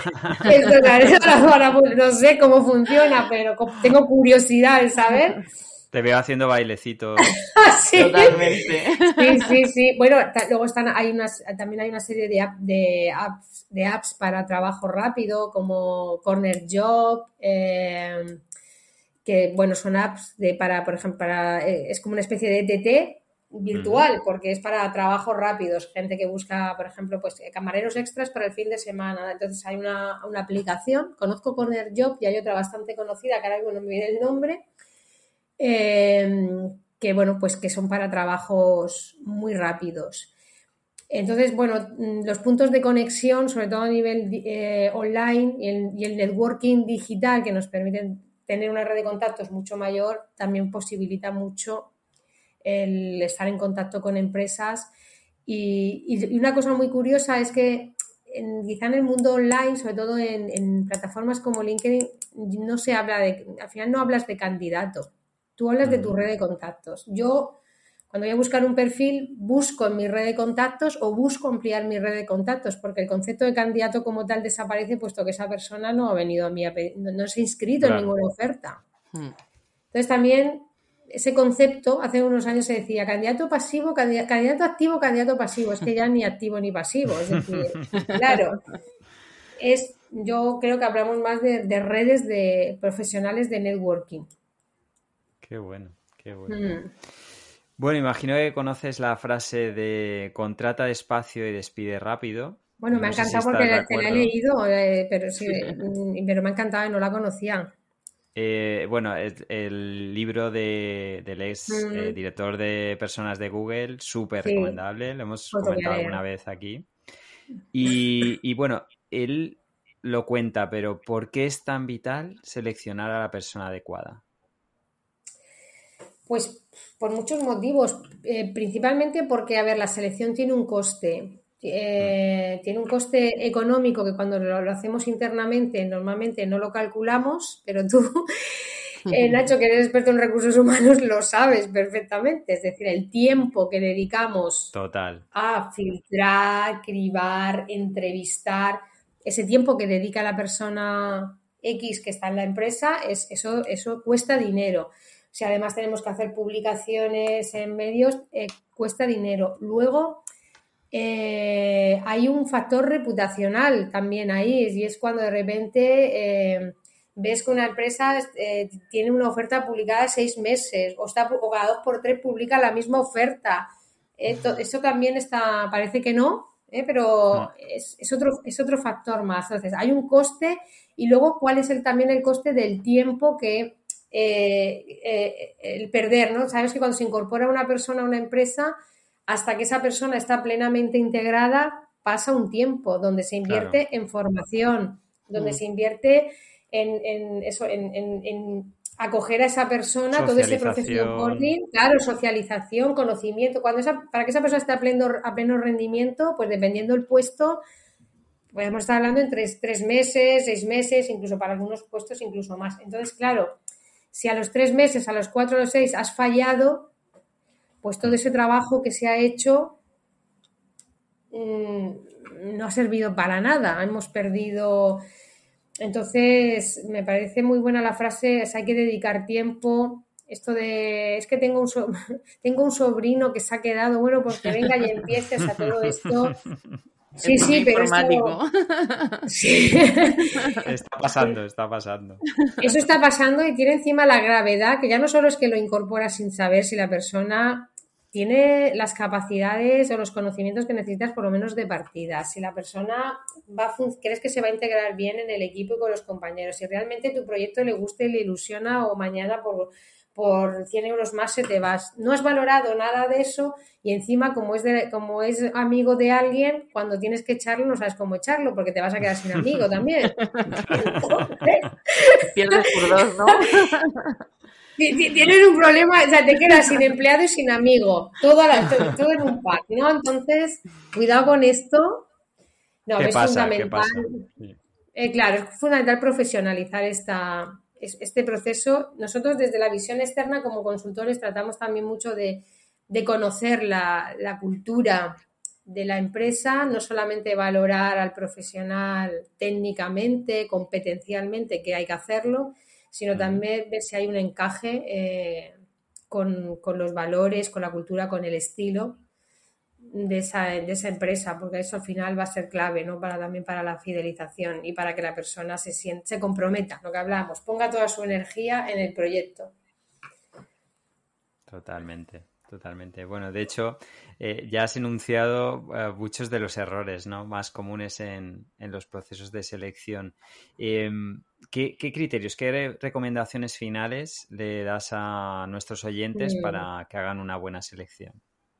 esto, no sé cómo funciona, pero tengo curiosidad de saber. Te veo haciendo bailecitos. Sí. Totalmente. Sí, sí, sí. Bueno, ta- luego están, hay unas, también hay una serie de, app, de, apps, de apps para trabajo rápido, como Corner Job, eh, que, bueno, son apps de para, por ejemplo, para, eh, es como una especie de E T T virtual, uh-huh. porque es para trabajos rápidos, gente que busca, por ejemplo, pues camareros extras para el fin de semana. Entonces hay una, una aplicación, conozco Corner Job y hay otra bastante conocida, que ahora mismo no me viene el nombre, eh, que bueno, pues que son para trabajos muy rápidos. Entonces, bueno, los puntos de conexión, sobre todo a nivel eh, online y el, y el networking digital que nos permiten tener una red de contactos mucho mayor, también posibilita mucho el estar en contacto con empresas y, y una cosa muy curiosa es que en, quizá en el mundo online, sobre todo en, en plataformas como LinkedIn, no se habla de, al final no hablas de candidato, tú hablas uh-huh. de tu red de contactos. Yo Cuando voy a buscar un perfil, busco en mi red de contactos o busco ampliar mi red de contactos, porque el concepto de candidato como tal desaparece, puesto que esa persona no ha venido a mí, a pedir, no, no se ha inscrito claro. en ninguna oferta. Hmm. Entonces también ese concepto, hace unos años se decía candidato pasivo, candidato, candidato activo, candidato pasivo. Es que ya ni activo ni pasivo. Es decir, claro, es, yo creo que hablamos más de, de redes de profesionales de networking. Qué bueno, qué bueno. Hmm. Bueno, imagino que conoces la frase de contrata despacio y despide rápido. Bueno, me no ha encantado si porque la, la he leído, eh, pero, sí, pero me ha encantado y no la conocía. Eh, bueno, el, el libro de, del ex mm. eh, director de personas de Google, súper sí. recomendable, lo hemos pues comentado alguna vez aquí. Y, y bueno, él lo cuenta, pero ¿por qué es tan vital seleccionar a la persona adecuada? Pues por muchos motivos, eh, principalmente porque, a ver, la selección tiene un coste. Eh, mm. Tiene un coste económico que cuando lo, lo hacemos internamente normalmente no lo calculamos, pero tú, eh, Nacho, que eres experto en recursos humanos, lo sabes perfectamente. Es decir, el tiempo que dedicamos Total. a filtrar, cribar, entrevistar, ese tiempo que dedica la persona X que está en la empresa, es, eso, eso cuesta dinero. Si además tenemos que hacer publicaciones en medios, eh, cuesta dinero. Luego, eh, hay un factor reputacional también ahí, y es cuando de repente eh, ves que una empresa eh, tiene una oferta publicada seis meses o, está, o cada dos por tres publica la misma oferta. Eh, to, eso también está, parece que no, eh, pero no. Es, es, otro, es otro factor más. Entonces, hay un coste y luego cuál es el, también el coste del tiempo que Eh, eh, el perder, ¿no? Sabes que cuando se incorpora una persona a una empresa, hasta que esa persona está plenamente integrada, pasa un tiempo donde se invierte claro. en formación, donde mm. se invierte en, en eso, en, en, en acoger a esa persona, todo ese proceso de onboarding, claro, socialización, conocimiento. Cuando esa, para que esa persona esté a pleno, a pleno rendimiento, pues dependiendo del puesto, podemos estar hablando en tres, tres meses, seis meses, incluso para algunos puestos incluso más. Entonces, claro, si a los tres meses, a los cuatro, a los seis has fallado, pues todo ese trabajo que se ha hecho mmm, no ha servido para nada. Hemos perdido. Entonces, me parece muy buena la frase, es hay que dedicar tiempo. Esto de, es que tengo un, so, tengo un sobrino que se ha quedado, bueno, pues que venga y empieces a todo esto. Sí, es sí, pero informático. Esto... Sí. Está pasando, está pasando. Eso está pasando y tiene encima la gravedad, que ya no solo es que lo incorpora sin saber si la persona tiene las capacidades o los conocimientos que necesitas por lo menos de partida. Si la persona va a fun- crees que se va a integrar bien en el equipo y con los compañeros, si realmente tu proyecto le gusta y le ilusiona o mañana por... por cien euros más se te vas. No has valorado nada de eso y encima como es, de, como es amigo de alguien, cuando tienes que echarlo no sabes cómo echarlo porque te vas a quedar sin amigo también. Pierdes por dos, ¿no? Tienes un problema, o sea, te quedas sin empleado y sin amigo. Todo, la, todo, todo en un pack, ¿no? Entonces, cuidado con esto. No, ¿Qué es pasa? fundamental. ¿Qué pasa? Sí. Eh, claro, es fundamental profesionalizar esta... este proceso. Nosotros desde la visión externa como consultores tratamos también mucho de, de conocer la, la cultura de la empresa, no solamente valorar al profesional técnicamente, competencialmente, que hay que hacerlo, sino también ver si hay un encaje eh, con, con los valores, con la cultura, con el estilo de esa, de esa empresa, porque eso al final va a ser clave, ¿no? Para, también para la fidelización y para que la persona se siente, se comprometa, lo que hablamos, ponga toda su energía en el proyecto. Totalmente, totalmente. Bueno, de hecho, eh, ya has enunciado uh, muchos de los errores, ¿no?, más comunes en, en los procesos de selección. Eh, ¿qué, ¿Qué criterios, qué recomendaciones finales le das a nuestros oyentes mm. para que hagan una buena selección?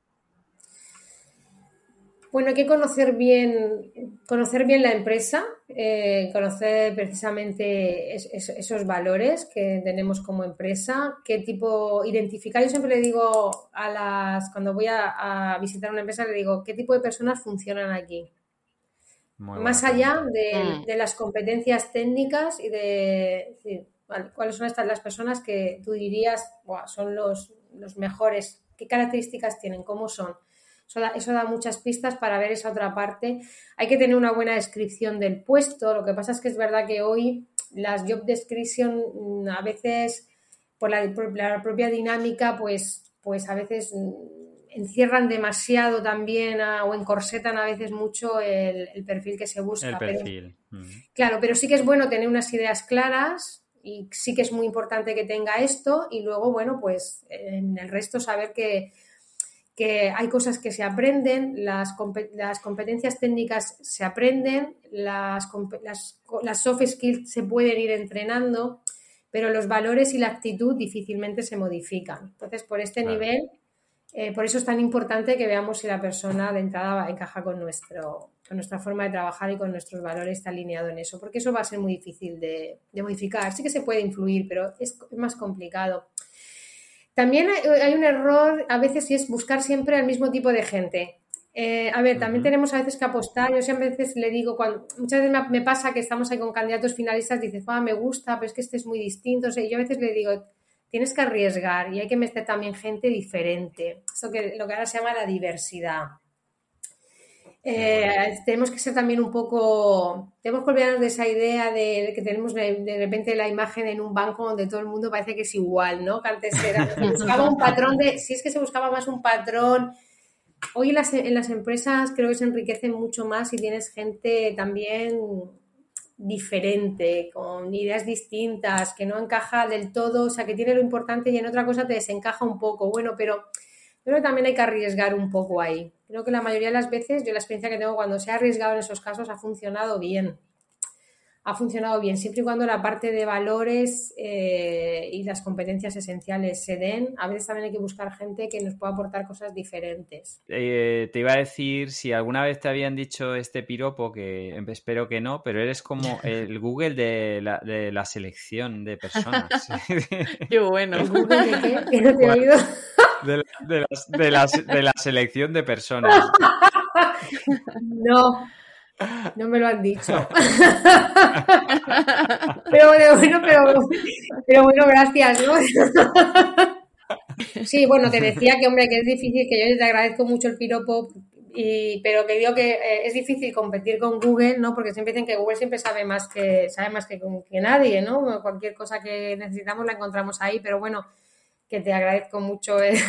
Bueno, hay que conocer bien, conocer bien la empresa, eh, conocer precisamente es, es, esos valores que tenemos como empresa, qué tipo, identificar, yo siempre le digo a las, cuando voy a, a visitar una empresa, le digo, ¿qué tipo de personas funcionan aquí? Muy Más allá de, mm. de las competencias técnicas y de, de vale, cuáles son estas las personas que tú dirías, wow, son los, los mejores qué características tienen, cómo son. Eso da, eso da muchas pistas para ver esa otra parte. Hay que tener una buena descripción del puesto. Lo que pasa es que es verdad que hoy las job description a veces, por la, por la propia dinámica, pues, pues a veces encierran demasiado también a, o encorsetan a veces mucho el, el perfil que se busca. El perfil. Pero, uh-huh. Claro, pero sí que es bueno tener unas ideas claras y sí que es muy importante que tenga esto y luego, bueno, pues en el resto saber que que hay cosas que se aprenden, las, las competencias técnicas se aprenden, las, las, las soft skills se pueden ir entrenando, pero los valores y la actitud difícilmente se modifican. Entonces, por este claro. nivel, eh, por eso es tan importante que veamos si la persona de entrada encaja con, nuestro, con nuestra forma de trabajar y con nuestros valores, está alineado en eso, porque eso va a ser muy difícil de, de modificar. Sí que se puede influir, pero es, es más complicado. También hay un error a veces y es buscar siempre al mismo tipo de gente. Eh, a ver, también uh-huh. tenemos a veces que apostar. Yo siempre a veces le digo, cuando, muchas veces me, me pasa que estamos ahí con candidatos finalistas, dices, ah, me gusta, pero es que este es muy distinto. O sea, yo a veces le digo, tienes que arriesgar y hay que meter también gente diferente. Eso que lo que ahora se llama la diversidad. Eh, tenemos que ser también un poco, tenemos que olvidarnos de esa idea de, de que tenemos de, de repente la imagen en un banco donde todo el mundo parece que es igual, ¿no? Que antes era, se buscaba un patrón de, si es que se buscaba más un patrón. Hoy en las, en las empresas creo que se enriquecen mucho más si tienes gente también diferente, con ideas distintas, que no encaja del todo, o sea, que tiene lo importante y en otra cosa te desencaja un poco. Bueno, pero creo que también hay que arriesgar un poco ahí. Creo que la mayoría de las veces, yo la experiencia que tengo cuando se ha arriesgado en esos casos ha funcionado bien. Ha funcionado bien, siempre y cuando la parte de valores eh, y las competencias esenciales se den. A veces también hay que buscar gente que nos pueda aportar cosas diferentes. Eh, te iba a decir si alguna vez te habían dicho este piropo, que espero que no, pero eres como el Google de la, de la selección de personas. Qué bueno. ¿El Google de qué? ¿Que no te he oído? De la, de, la, de, la, de la selección de personas. No, no me lo han dicho. Pero bueno, pero, pero bueno, gracias, ¿no? Sí, bueno, te decía que, hombre, que es difícil, que yo te agradezco mucho el piropo, y, pero que digo que eh, es difícil competir con Google, ¿no? Porque siempre dicen que Google siempre sabe más que, sabe más que, que nadie, ¿no? Cualquier cosa que necesitamos la encontramos ahí, pero bueno, que te agradezco mucho el,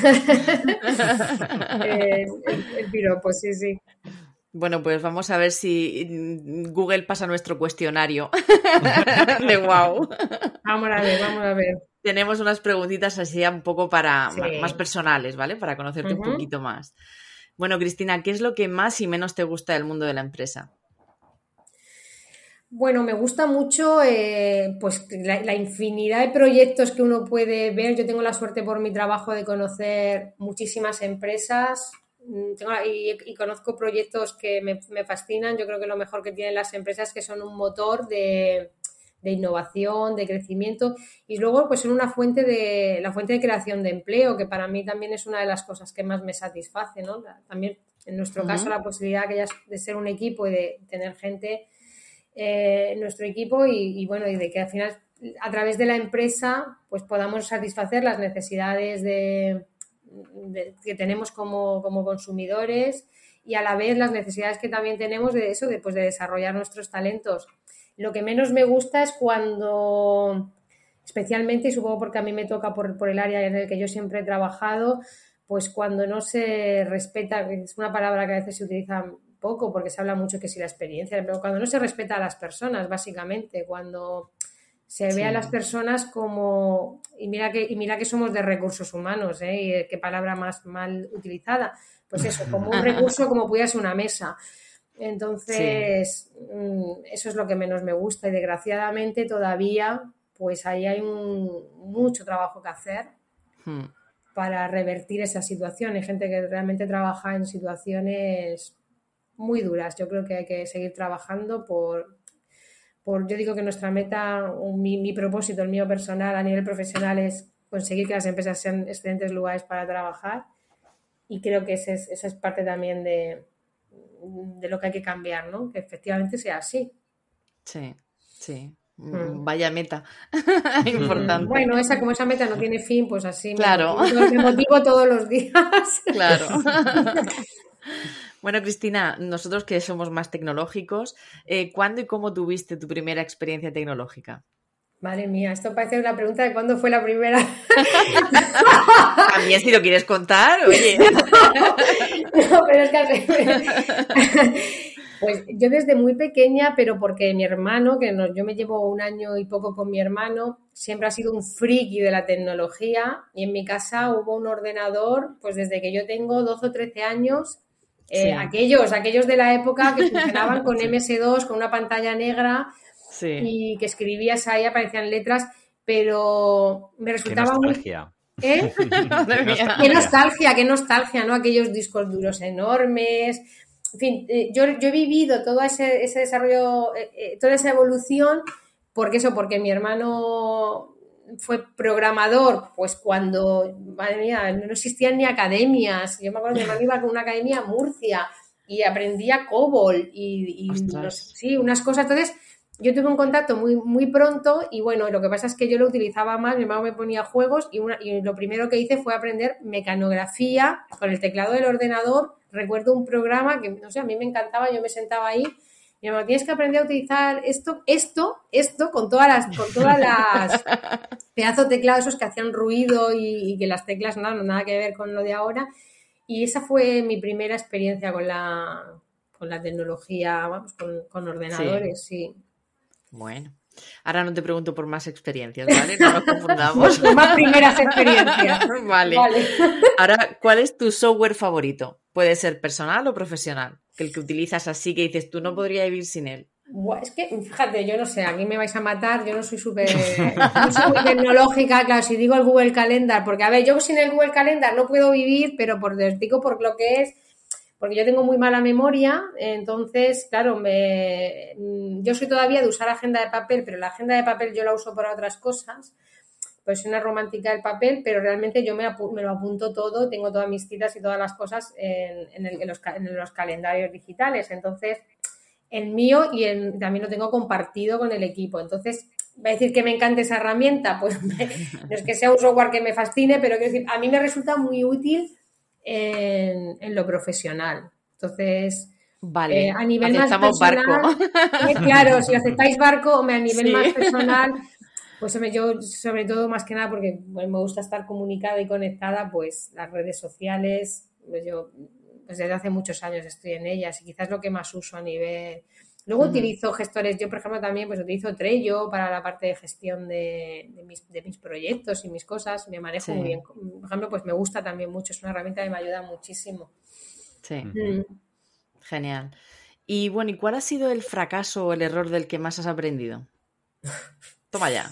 el, el piropo, sí, sí. Bueno, pues vamos a ver si Google pasa nuestro cuestionario de wow. Vamos a ver, vamos a ver. Tenemos unas preguntitas así un poco para sí. más personales, ¿vale? Para conocerte uh-huh. un poquito más. Bueno, Cristina, ¿qué es lo que más y menos te gusta del mundo de la empresa? Bueno, me gusta mucho eh, pues la, la infinidad de proyectos que uno puede ver. Yo tengo la suerte por mi trabajo de conocer muchísimas empresas tengo, y, y conozco proyectos que me, me fascinan. Yo creo que lo mejor que tienen las empresas es que son un motor de, de innovación, de crecimiento y luego pues son una fuente de la fuente de creación de empleo, que para mí también es una de las cosas que más me satisface, ¿no? También en nuestro uh-huh. caso la posibilidad que de ser un equipo y de tener gente Eh, en nuestro equipo y, y bueno, y de que al final a través de la empresa pues podamos satisfacer las necesidades de, de, que tenemos como, como consumidores y a la vez las necesidades que también tenemos de eso, de, pues, de desarrollar nuestros talentos. Lo que menos me gusta es cuando, especialmente, y supongo porque a mí me toca por, por el área en el que yo siempre he trabajado, pues cuando no se respeta, es una palabra que a veces se utiliza poco porque se habla mucho que si la experiencia, pero cuando no se respeta a las personas, básicamente, cuando se ve sí. a las personas como, y mira que, y mira que somos de recursos humanos, ¿eh? Y qué palabra más mal utilizada, pues eso, como un recurso como pudiera ser una mesa. Entonces, sí. eso es lo que menos me gusta y desgraciadamente todavía, pues ahí hay un, mucho trabajo que hacer hmm. para revertir esa situación. Hay gente que realmente trabaja en situaciones muy duras. Yo creo que hay que seguir trabajando por, por yo digo que nuestra meta, mi, mi propósito, el mío personal a nivel profesional es conseguir que las empresas sean excelentes lugares para trabajar y creo que ese es, esa es parte también de, de lo que hay que cambiar, ¿no? Que efectivamente sea así. Sí, sí. Mm. Vaya meta. Importante. Bueno, esa como esa meta no tiene fin, pues así claro. me, motivo, me motivo todos los días. Claro. Bueno, Cristina, nosotros que somos más tecnológicos, eh, ¿cuándo y cómo tuviste tu primera experiencia tecnológica? Madre mía, esto parece una pregunta de cuándo fue la primera. También si lo quieres contar, oye. No, pero es que... Pues yo desde muy pequeña, pero porque mi hermano, que no, yo me llevo un año y poco con mi hermano, siempre ha sido un friki de la tecnología y en mi casa hubo un ordenador, pues desde que yo tengo doce o trece años, eh, sí. aquellos, aquellos de la época que funcionaban con sí. eme ese dos, con una pantalla negra sí. y que escribías ahí, aparecían letras, pero me resultaba muy... ¿Eh? Qué nostalgia, qué nostalgia, ¿no? Aquellos discos duros enormes... En fin, yo, yo he vivido todo ese, ese desarrollo, eh, toda esa evolución, porque eso, porque mi hermano fue programador, pues cuando, madre mía, no existían ni academias. Yo me acuerdo que mi hermano iba con una academia a Murcia y aprendía COBOL y, y los, sí, unas cosas. Entonces, yo tuve un contacto muy, muy pronto y bueno, lo que pasa es que yo lo utilizaba más, mi hermano me ponía juegos y, una, y lo primero que hice fue aprender mecanografía con el teclado del ordenador. Recuerdo un programa que, no sé, a mí me encantaba, yo me sentaba ahí y me dijo, tienes que aprender a utilizar esto, esto, esto, con todas las, con todas las pedazos de teclado esos que hacían ruido y, y que las teclas nada, no nada que ver con lo de ahora. Y esa fue mi primera experiencia con la, con la tecnología, vamos, con, con ordenadores, sí. sí. Bueno. Ahora no te pregunto por más experiencias, ¿vale? No nos confundamos. Por más primeras experiencias. Vale. vale. Ahora, ¿cuál es tu software favorito? Puede ser personal o profesional. Que el que utilizas así, que dices, tú no podría vivir sin él. Es que, fíjate, yo no sé, aquí me vais a matar, yo no soy súper no soy muy tecnológica, claro, si digo el Google Calendar, porque a ver, yo sin el Google Calendar no puedo vivir, pero por, les digo por lo que es, porque yo tengo muy mala memoria, entonces, claro, me, yo soy todavía de usar agenda de papel, pero la agenda de papel yo la uso para otras cosas, pues soy una romántica del papel, pero realmente yo me, apu- me lo apunto todo, tengo todas mis citas y todas las cosas en, en, el, en, los, en los calendarios digitales, entonces, el mío y el, también lo tengo compartido con el equipo, entonces, ¿va a decir que me encanta esa herramienta? Pues me, no es que sea un software que me fascine, pero quiero decir, a mí me resulta muy útil En, en lo profesional. Entonces, vale, eh, a nivel más personal, barco. Eh, claro, si aceptáis barco, a nivel sí. más personal, pues yo sobre todo más que nada porque bueno, me gusta estar comunicada y conectada, pues las redes sociales, pues yo pues desde hace muchos años estoy en ellas y quizás lo que más uso a nivel... Luego uh-huh. utilizo gestores, yo por ejemplo también pues utilizo Trello para la parte de gestión de, de, mis, de mis proyectos y mis cosas, me manejo sí. muy bien. Por ejemplo, pues me gusta también mucho, es una herramienta que me ayuda muchísimo. Sí, mm. Genial. Y bueno, ¿y cuál ha sido el fracaso o el error del que más has aprendido? Toma ya.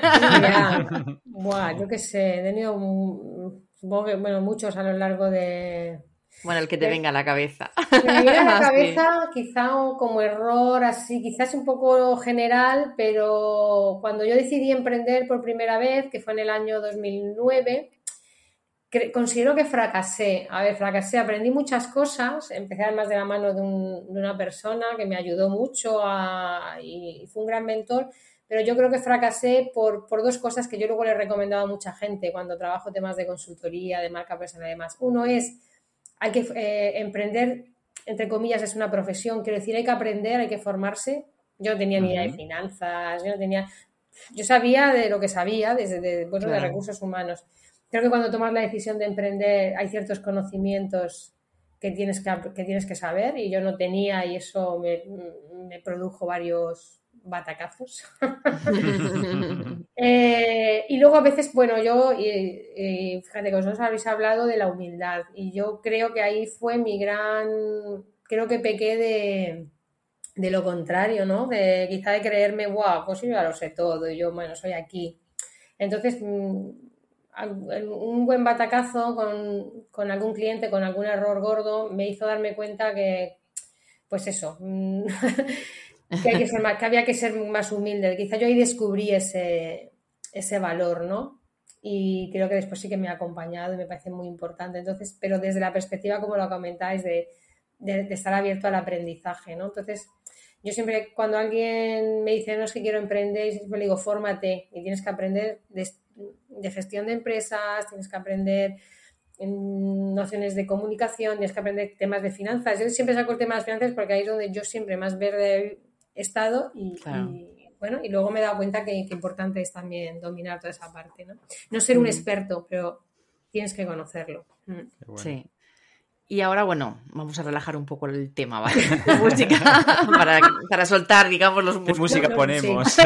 ya. Buah, yo qué sé, he tenido supongo que, bueno, muchos a lo largo de... Bueno, el que te venga a la cabeza. Que me viene a la cabeza, sí. Quizá como error, así, quizás un poco general, pero cuando yo decidí emprender por primera vez, que fue en el año dos mil nueve, cre- considero que fracasé. A ver, fracasé, aprendí muchas cosas, empecé además de la mano de, un, de una persona que me ayudó mucho a, y fue un gran mentor, pero yo creo que fracasé por, por dos cosas que yo luego le he recomendado a mucha gente cuando trabajo temas de consultoría, de marca personal y demás. Uno es hay que eh, emprender, entre comillas, es una profesión, quiero decir, hay que aprender, hay que formarse. Yo no tenía ni idea de finanzas, yo no tenía, yo sabía de lo que sabía, desde de, bueno, claro. de recursos humanos. Creo que cuando tomas la decisión de emprender hay ciertos conocimientos que tienes que, que, tienes que saber y yo no tenía y eso me, me produjo varios batacazos. eh, y luego a veces, bueno, yo, y, y fíjate que vosotros habéis hablado de la humildad y yo creo que ahí fue mi gran, creo que pequé de, de lo contrario, ¿no? De quizá de creerme, guau, pues yo ya lo sé todo y yo, bueno, soy aquí. Entonces, un buen batacazo con, con algún cliente, con algún error gordo, me hizo darme cuenta que, pues eso... Que, hay que, ser más, que había que ser más humilde. Quizá yo ahí descubrí ese, ese valor, ¿no? Y creo que después sí que me ha acompañado y me parece muy importante. Entonces, pero desde la perspectiva, como lo comentáis, de, de, de estar abierto al aprendizaje, ¿no? Entonces, yo siempre cuando alguien me dice, no, es que quiero emprender, siempre le digo, fórmate y tienes que aprender de, de gestión de empresas, tienes que aprender en nociones de comunicación, tienes que aprender temas de finanzas. Yo siempre saco el tema de las finanzas porque ahí es donde yo siempre más verde he estado y, claro. y bueno, y luego me he dado cuenta que, que importante es también dominar toda esa parte, ¿no? No ser un mm. experto, pero tienes que conocerlo. Mm. Bueno. Sí. Y ahora, bueno, vamos a relajar un poco el tema, ¿vale? La música, para, para soltar, digamos, los músicos. ¿Qué música ponemos? Sí.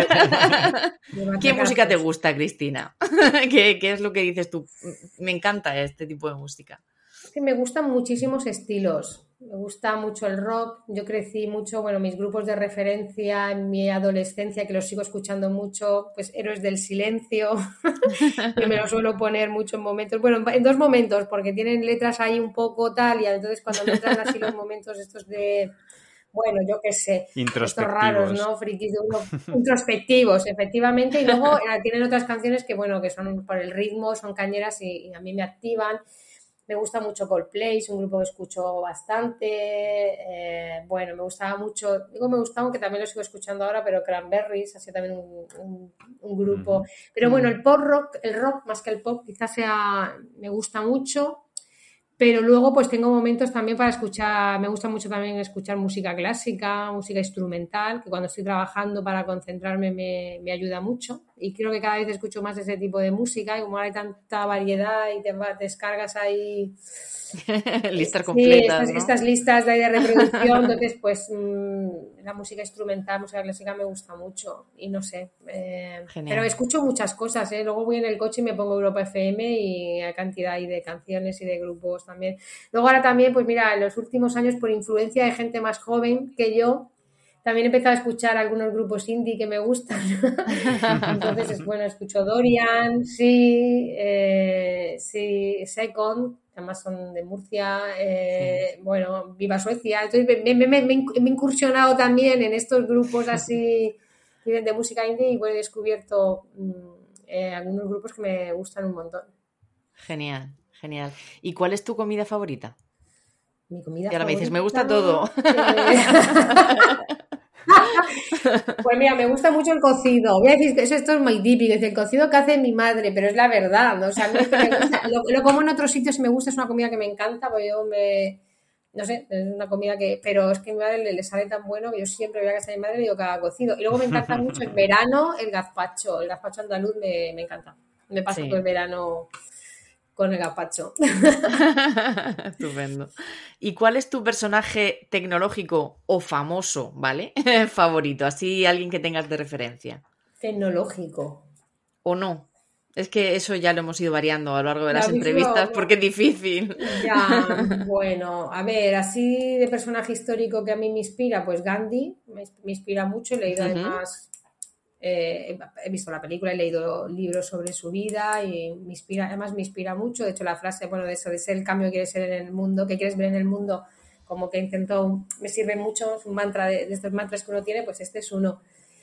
¿Qué música te gusta, Cristina? ¿Qué, ¿Qué es lo que dices tú? Me encanta este tipo de música. Es que me gustan muchísimos estilos. Me gusta mucho el rock. Yo crecí mucho, bueno, mis grupos de referencia en mi adolescencia, que los sigo escuchando mucho, pues Héroes del Silencio, que me lo suelo poner mucho en momentos, bueno, en dos momentos, porque tienen letras ahí un poco tal, y entonces cuando me entran así los momentos estos de, bueno, yo qué sé, estos raros, ¿no? Frikis de uno, introspectivos, efectivamente, y luego tienen otras canciones que, bueno, que son por el ritmo, son cañeras y, y a mí me activan. Me gusta mucho Coldplay, es un grupo que escucho bastante. Eh, bueno, me gustaba mucho, digo me gustaba, aunque también lo sigo escuchando ahora, pero Cranberries, ha sido también un, un, un grupo. Mm-hmm. Pero bueno, el pop rock, el rock más que el pop, quizás sea, me gusta mucho. Pero luego pues tengo momentos también para escuchar, me gusta mucho también escuchar música clásica, música instrumental, que cuando estoy trabajando para concentrarme me, me ayuda mucho. Y creo que cada vez escucho más ese tipo de música y como ahora hay tanta variedad y te descargas ahí listas completas, sí, estas, ¿no? estas listas de, de reproducción, entonces pues mmm, la música instrumental, música clásica me gusta mucho y no sé, eh, pero escucho muchas cosas, ¿eh? Luego voy en el coche y me pongo Europa F M y hay cantidad ahí de canciones y de grupos también. Luego ahora también, pues mira, en los últimos años por influencia de gente más joven que yo, también he empezado a escuchar algunos grupos indie que me gustan. Entonces, bueno, escucho Dorian, sí, eh, sí, Second, que además son de Murcia, eh, sí. Bueno, Viva Suecia. Entonces, me, me, me, me he incursionado también en estos grupos así de música indie y bueno, he descubierto eh, algunos grupos que me gustan un montón. Genial, genial. ¿Y cuál es tu comida favorita? Mi comida y ahora favorita, me dices, me gusta todo. Eh... Pues mira, me gusta mucho el cocido. Voy a decir que eso, esto es muy típico, es el cocido que hace mi madre, pero es la verdad, ¿no? O sea, a mí es que me gusta, lo, lo como en otros sitios y me gusta, es una comida que me encanta, porque yo me, no sé, es una comida que, pero es que a mi madre le, le sale tan bueno que yo siempre voy a casa de mi madre y digo que haga cocido. Y luego me encanta mucho en verano el gazpacho, el gazpacho andaluz me, me encanta. Me paso sí. todo el verano con el gazpacho. Estupendo. ¿Y cuál es tu personaje tecnológico o famoso, ¿vale? favorito? Así alguien que tengas de referencia. Tecnológico. ¿O no? Es que eso ya lo hemos ido variando a lo largo de las entrevistas porque es difícil. Ya, bueno, a ver, así de personaje histórico que a mí me inspira, pues Gandhi me, me inspira mucho, he leído uh-huh. además... Eh, he visto la película, he leído libros sobre su vida y me inspira, además me inspira mucho. De hecho, la frase, bueno, de eso, de ser el cambio que quieres ser en el mundo, que quieres ver en el mundo, como que intento, me sirve mucho, es un mantra de, de estos mantras que uno tiene, pues este es uno.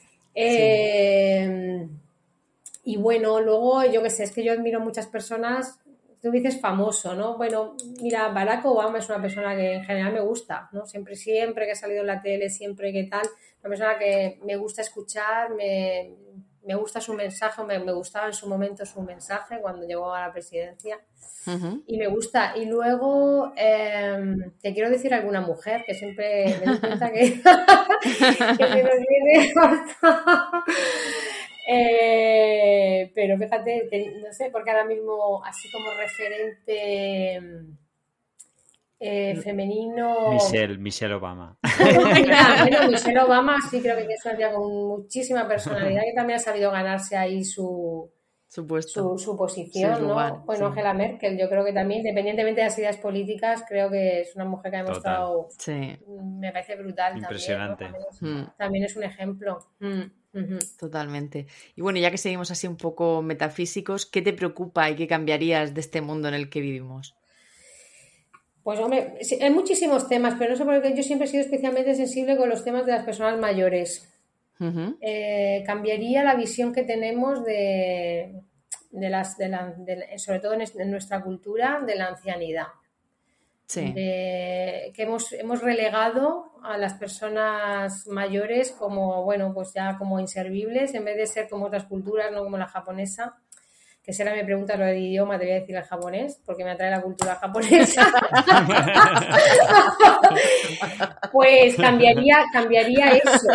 Eh, sí. Y bueno, luego, yo qué sé, es que yo admiro muchas personas. Tú dices famoso, ¿no? Bueno, mira, Barack Obama es una persona que en general me gusta, ¿no? Siempre, siempre que ha salido en la tele, siempre que tal, una persona que me gusta escuchar, me, me gusta su mensaje, me, me gustaba en su momento su mensaje cuando llegó a la presidencia uh-huh. y me gusta. Y luego eh, te quiero decir alguna mujer que siempre me doy cuenta que, que se nos viene Eh, pero fíjate, te, no sé, porque ahora mismo así como referente eh, femenino... Michelle, Michelle Obama. Bueno, mira, bueno, Michelle Obama sí creo que es una tía con muchísima personalidad que también ha sabido ganarse ahí su, su, puesto. su, su posición, su lugar, ¿no? Bueno, Angela sí. Merkel, yo creo que también, independientemente de las ideas políticas, creo que es una mujer que ha demostrado... Sí. Me parece brutal. Impresionante. También, ¿no? también, es, mm. también es un ejemplo. Mm. Uh-huh. Totalmente. Y bueno, ya que seguimos así un poco metafísicos, ¿qué te preocupa y qué cambiarías de este mundo en el que vivimos? Pues hombre, hay muchísimos temas, pero no sé por qué yo siempre he sido especialmente sensible con los temas de las personas mayores. Uh-huh. Eh, cambiaría la visión que tenemos de, de las, de la, de, sobre todo en, en nuestra cultura, de la ancianidad. Sí. de, que hemos, hemos relegado a las personas mayores como, bueno, pues ya como inservibles, en vez de ser como otras culturas, no como la japonesa. Que si ahora me preguntas lo del idioma, te voy a decir el japonés, porque me atrae la cultura japonesa. Pues cambiaría, cambiaría eso.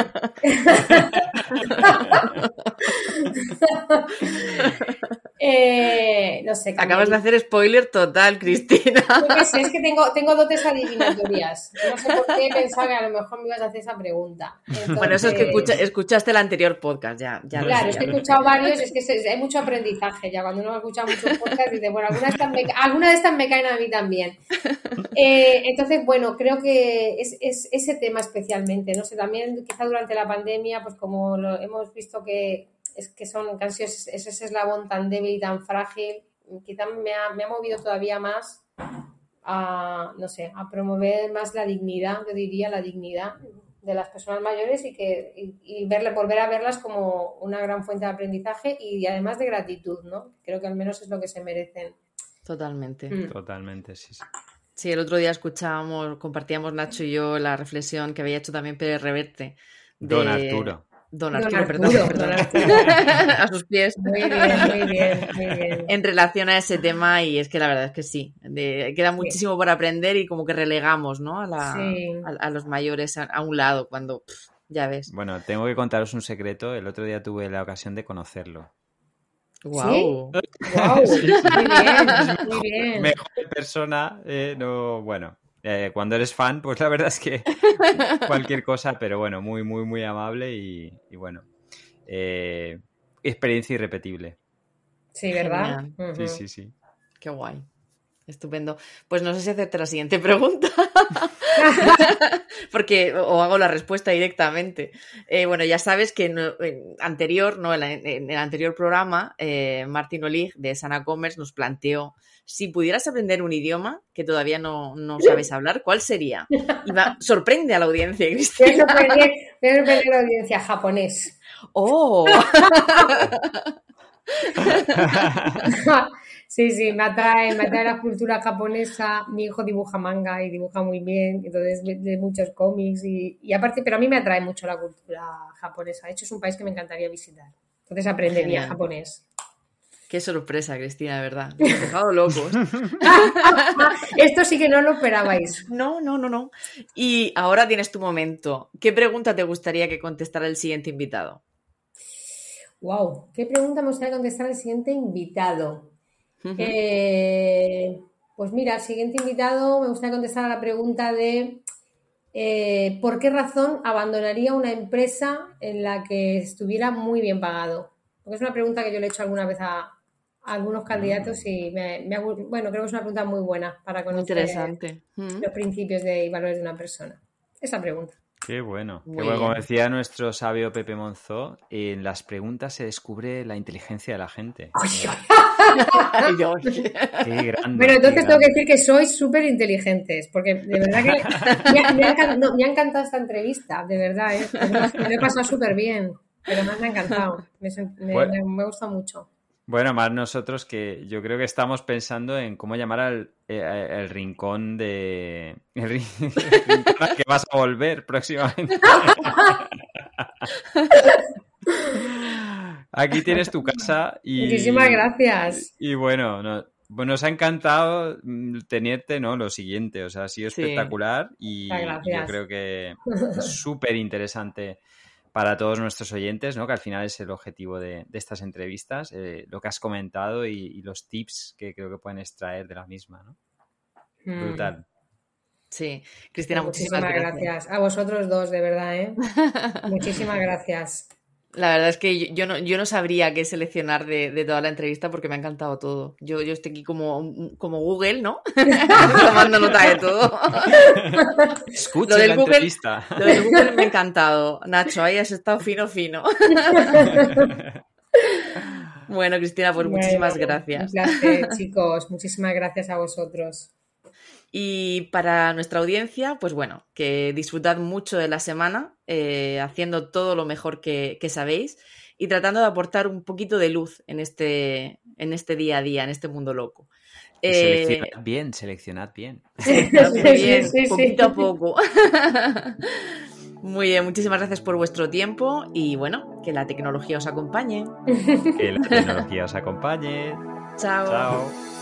eh, no sé. Cambiaría. Acabas de hacer spoiler total, Cristina. Yo qué sé, es que tengo, tengo dotes adivinatorias. No sé por qué pensaba que a lo mejor me ibas a hacer esa pregunta. Entonces... Bueno, eso es que escucha, escuchaste el anterior podcast, ya. ya claro, lo es que he escuchado varios, es que hay mucho aprendizaje ya. Cuando uno ha escuchado muchos podcasts, dice, bueno, algunas de estas me, alguna de estas me caen a mí también. Eh, entonces, bueno, creo que es, es ese tema especialmente, no sé, también quizá durante la pandemia, pues como lo hemos visto que es que son canciones, es ese eslabón tan débil y tan frágil, quizá me ha, me ha movido todavía más a, no sé, a promover más la dignidad, yo diría la dignidad de las personas mayores y que y, y verle, volver a verlas como una gran fuente de aprendizaje y además de gratitud, ¿no? Creo que al menos es lo que se merecen. Totalmente. Mm. Totalmente, sí, sí. Sí, el otro día escuchábamos, compartíamos Nacho y yo la reflexión que había hecho también Pérez Reverte. De... Don Arturo. Don Arturo, Don perdón, Arturo, perdón. Don Arturo. A sus pies. Muy bien, muy bien, muy bien. En relación a ese tema, y es que la verdad es que sí, de, queda muchísimo sí. por aprender y como que relegamos, ¿no? A, la, sí. a, a los mayores a, a un lado, cuando pff, ya ves. Bueno, tengo que contaros un secreto. El otro día tuve la ocasión de conocerlo. ¡Guau! ¿Sí? ¡Guau! Sí, sí. Muy bien, muy bien. Mejor persona, eh, no, bueno. Eh, cuando eres fan, pues la verdad es que cualquier cosa, pero bueno, muy, muy, muy amable y, y bueno, eh, experiencia irrepetible. Sí, ¿verdad? Uh-huh. Sí, sí, sí. Qué guay. Estupendo. Pues no sé si hacerte la siguiente pregunta. Porque o hago la respuesta directamente. Eh, bueno, ya sabes que no, en anterior, no, en, en el anterior programa, eh, Martín Olig de Sana Commerce nos planteó: si pudieras aprender un idioma que todavía no, no sabes hablar, ¿cuál sería? Y va, sorprende a la audiencia, Cristina. Voy a sorprender, voy a sorprender a la audiencia, japonés. ¡Oh! Sí, sí, me atrae, me atrae la cultura japonesa. Mi hijo dibuja manga y dibuja muy bien, entonces de muchos cómics y, y aparte, pero a mí me atrae mucho la cultura japonesa. De hecho, es un país que me encantaría visitar. Entonces aprendería Genial. japonés. Qué sorpresa, Cristina, de verdad. Nos has dejado locos. Esto sí que no lo esperabais. No, no, no, no. Y ahora tienes tu momento. ¿Qué pregunta te gustaría que contestara el siguiente invitado? Wow, ¿qué pregunta me gustaría contestar al siguiente invitado? Uh-huh. Eh, pues mira, el siguiente invitado me gustaría contestar a la pregunta de eh, ¿por qué razón abandonaría una empresa en la que estuviera muy bien pagado? Porque es una pregunta que yo le he hecho alguna vez a, a algunos candidatos y me, me ha, bueno, creo que es una pregunta muy buena para conocer muy interesante. Uh-huh. los principios de, y valores de una persona. Esa pregunta. Qué bueno. Muy Qué bueno. Como bien. decía nuestro sabio Pepe Monzó, en las preguntas se descubre la inteligencia de la gente. ¡Ay, ay, Dios! Qué grande. Bueno, entonces qué tengo grande. que decir que sois súper inteligentes, porque de verdad que me ha, me, ha encantado, no, me ha encantado esta entrevista, de verdad, ¿eh? Me lo he pasado súper bien, pero me ha encantado, me, me, bueno. me, me gusta mucho. Bueno, más nosotros que yo creo que estamos pensando en cómo llamar al eh, el rincón de... El, rin... el rincón al que vas a volver próximamente. Aquí tienes tu casa y... Muchísimas gracias. Y, y bueno, no, bueno, nos ha encantado tenerte, ¿no? Lo siguiente, o sea, ha sido Sí. espectacular y, y yo creo que es súper interesante para todos nuestros oyentes, ¿no? Que al final es el objetivo de, de estas entrevistas, eh, lo que has comentado y, y los tips que creo que pueden extraer de la misma, ¿no? Mm. Brutal. Sí, Cristina, pues muchísimas, muchísimas gracias. gracias. A vosotros dos, de verdad, ¿eh? Muchísimas gracias. La verdad es que yo, yo, no, yo no sabría qué seleccionar de, de toda la entrevista porque me ha encantado todo. Yo, yo estoy aquí como, como Google, ¿no? Tomando nota de todo. Escucha la Google, entrevista. Lo del Google me ha encantado. Nacho, ahí has estado fino, fino. Bueno, Cristina, pues bueno, muchísimas gracias. Un placer, chicos. Muchísimas gracias a vosotros. Y para nuestra audiencia, pues bueno, que disfrutad mucho de la semana, eh, haciendo todo lo mejor que, que sabéis y tratando de aportar un poquito de luz en este, en este día a día, en este mundo loco. Eh... Seleccionad bien, seleccionad bien. Seleccionad muy bien, sí, sí, poquito sí. a poco. Muy bien, muchísimas gracias por vuestro tiempo y bueno, que la tecnología os acompañe. Que la tecnología os acompañe. Chao. Chao.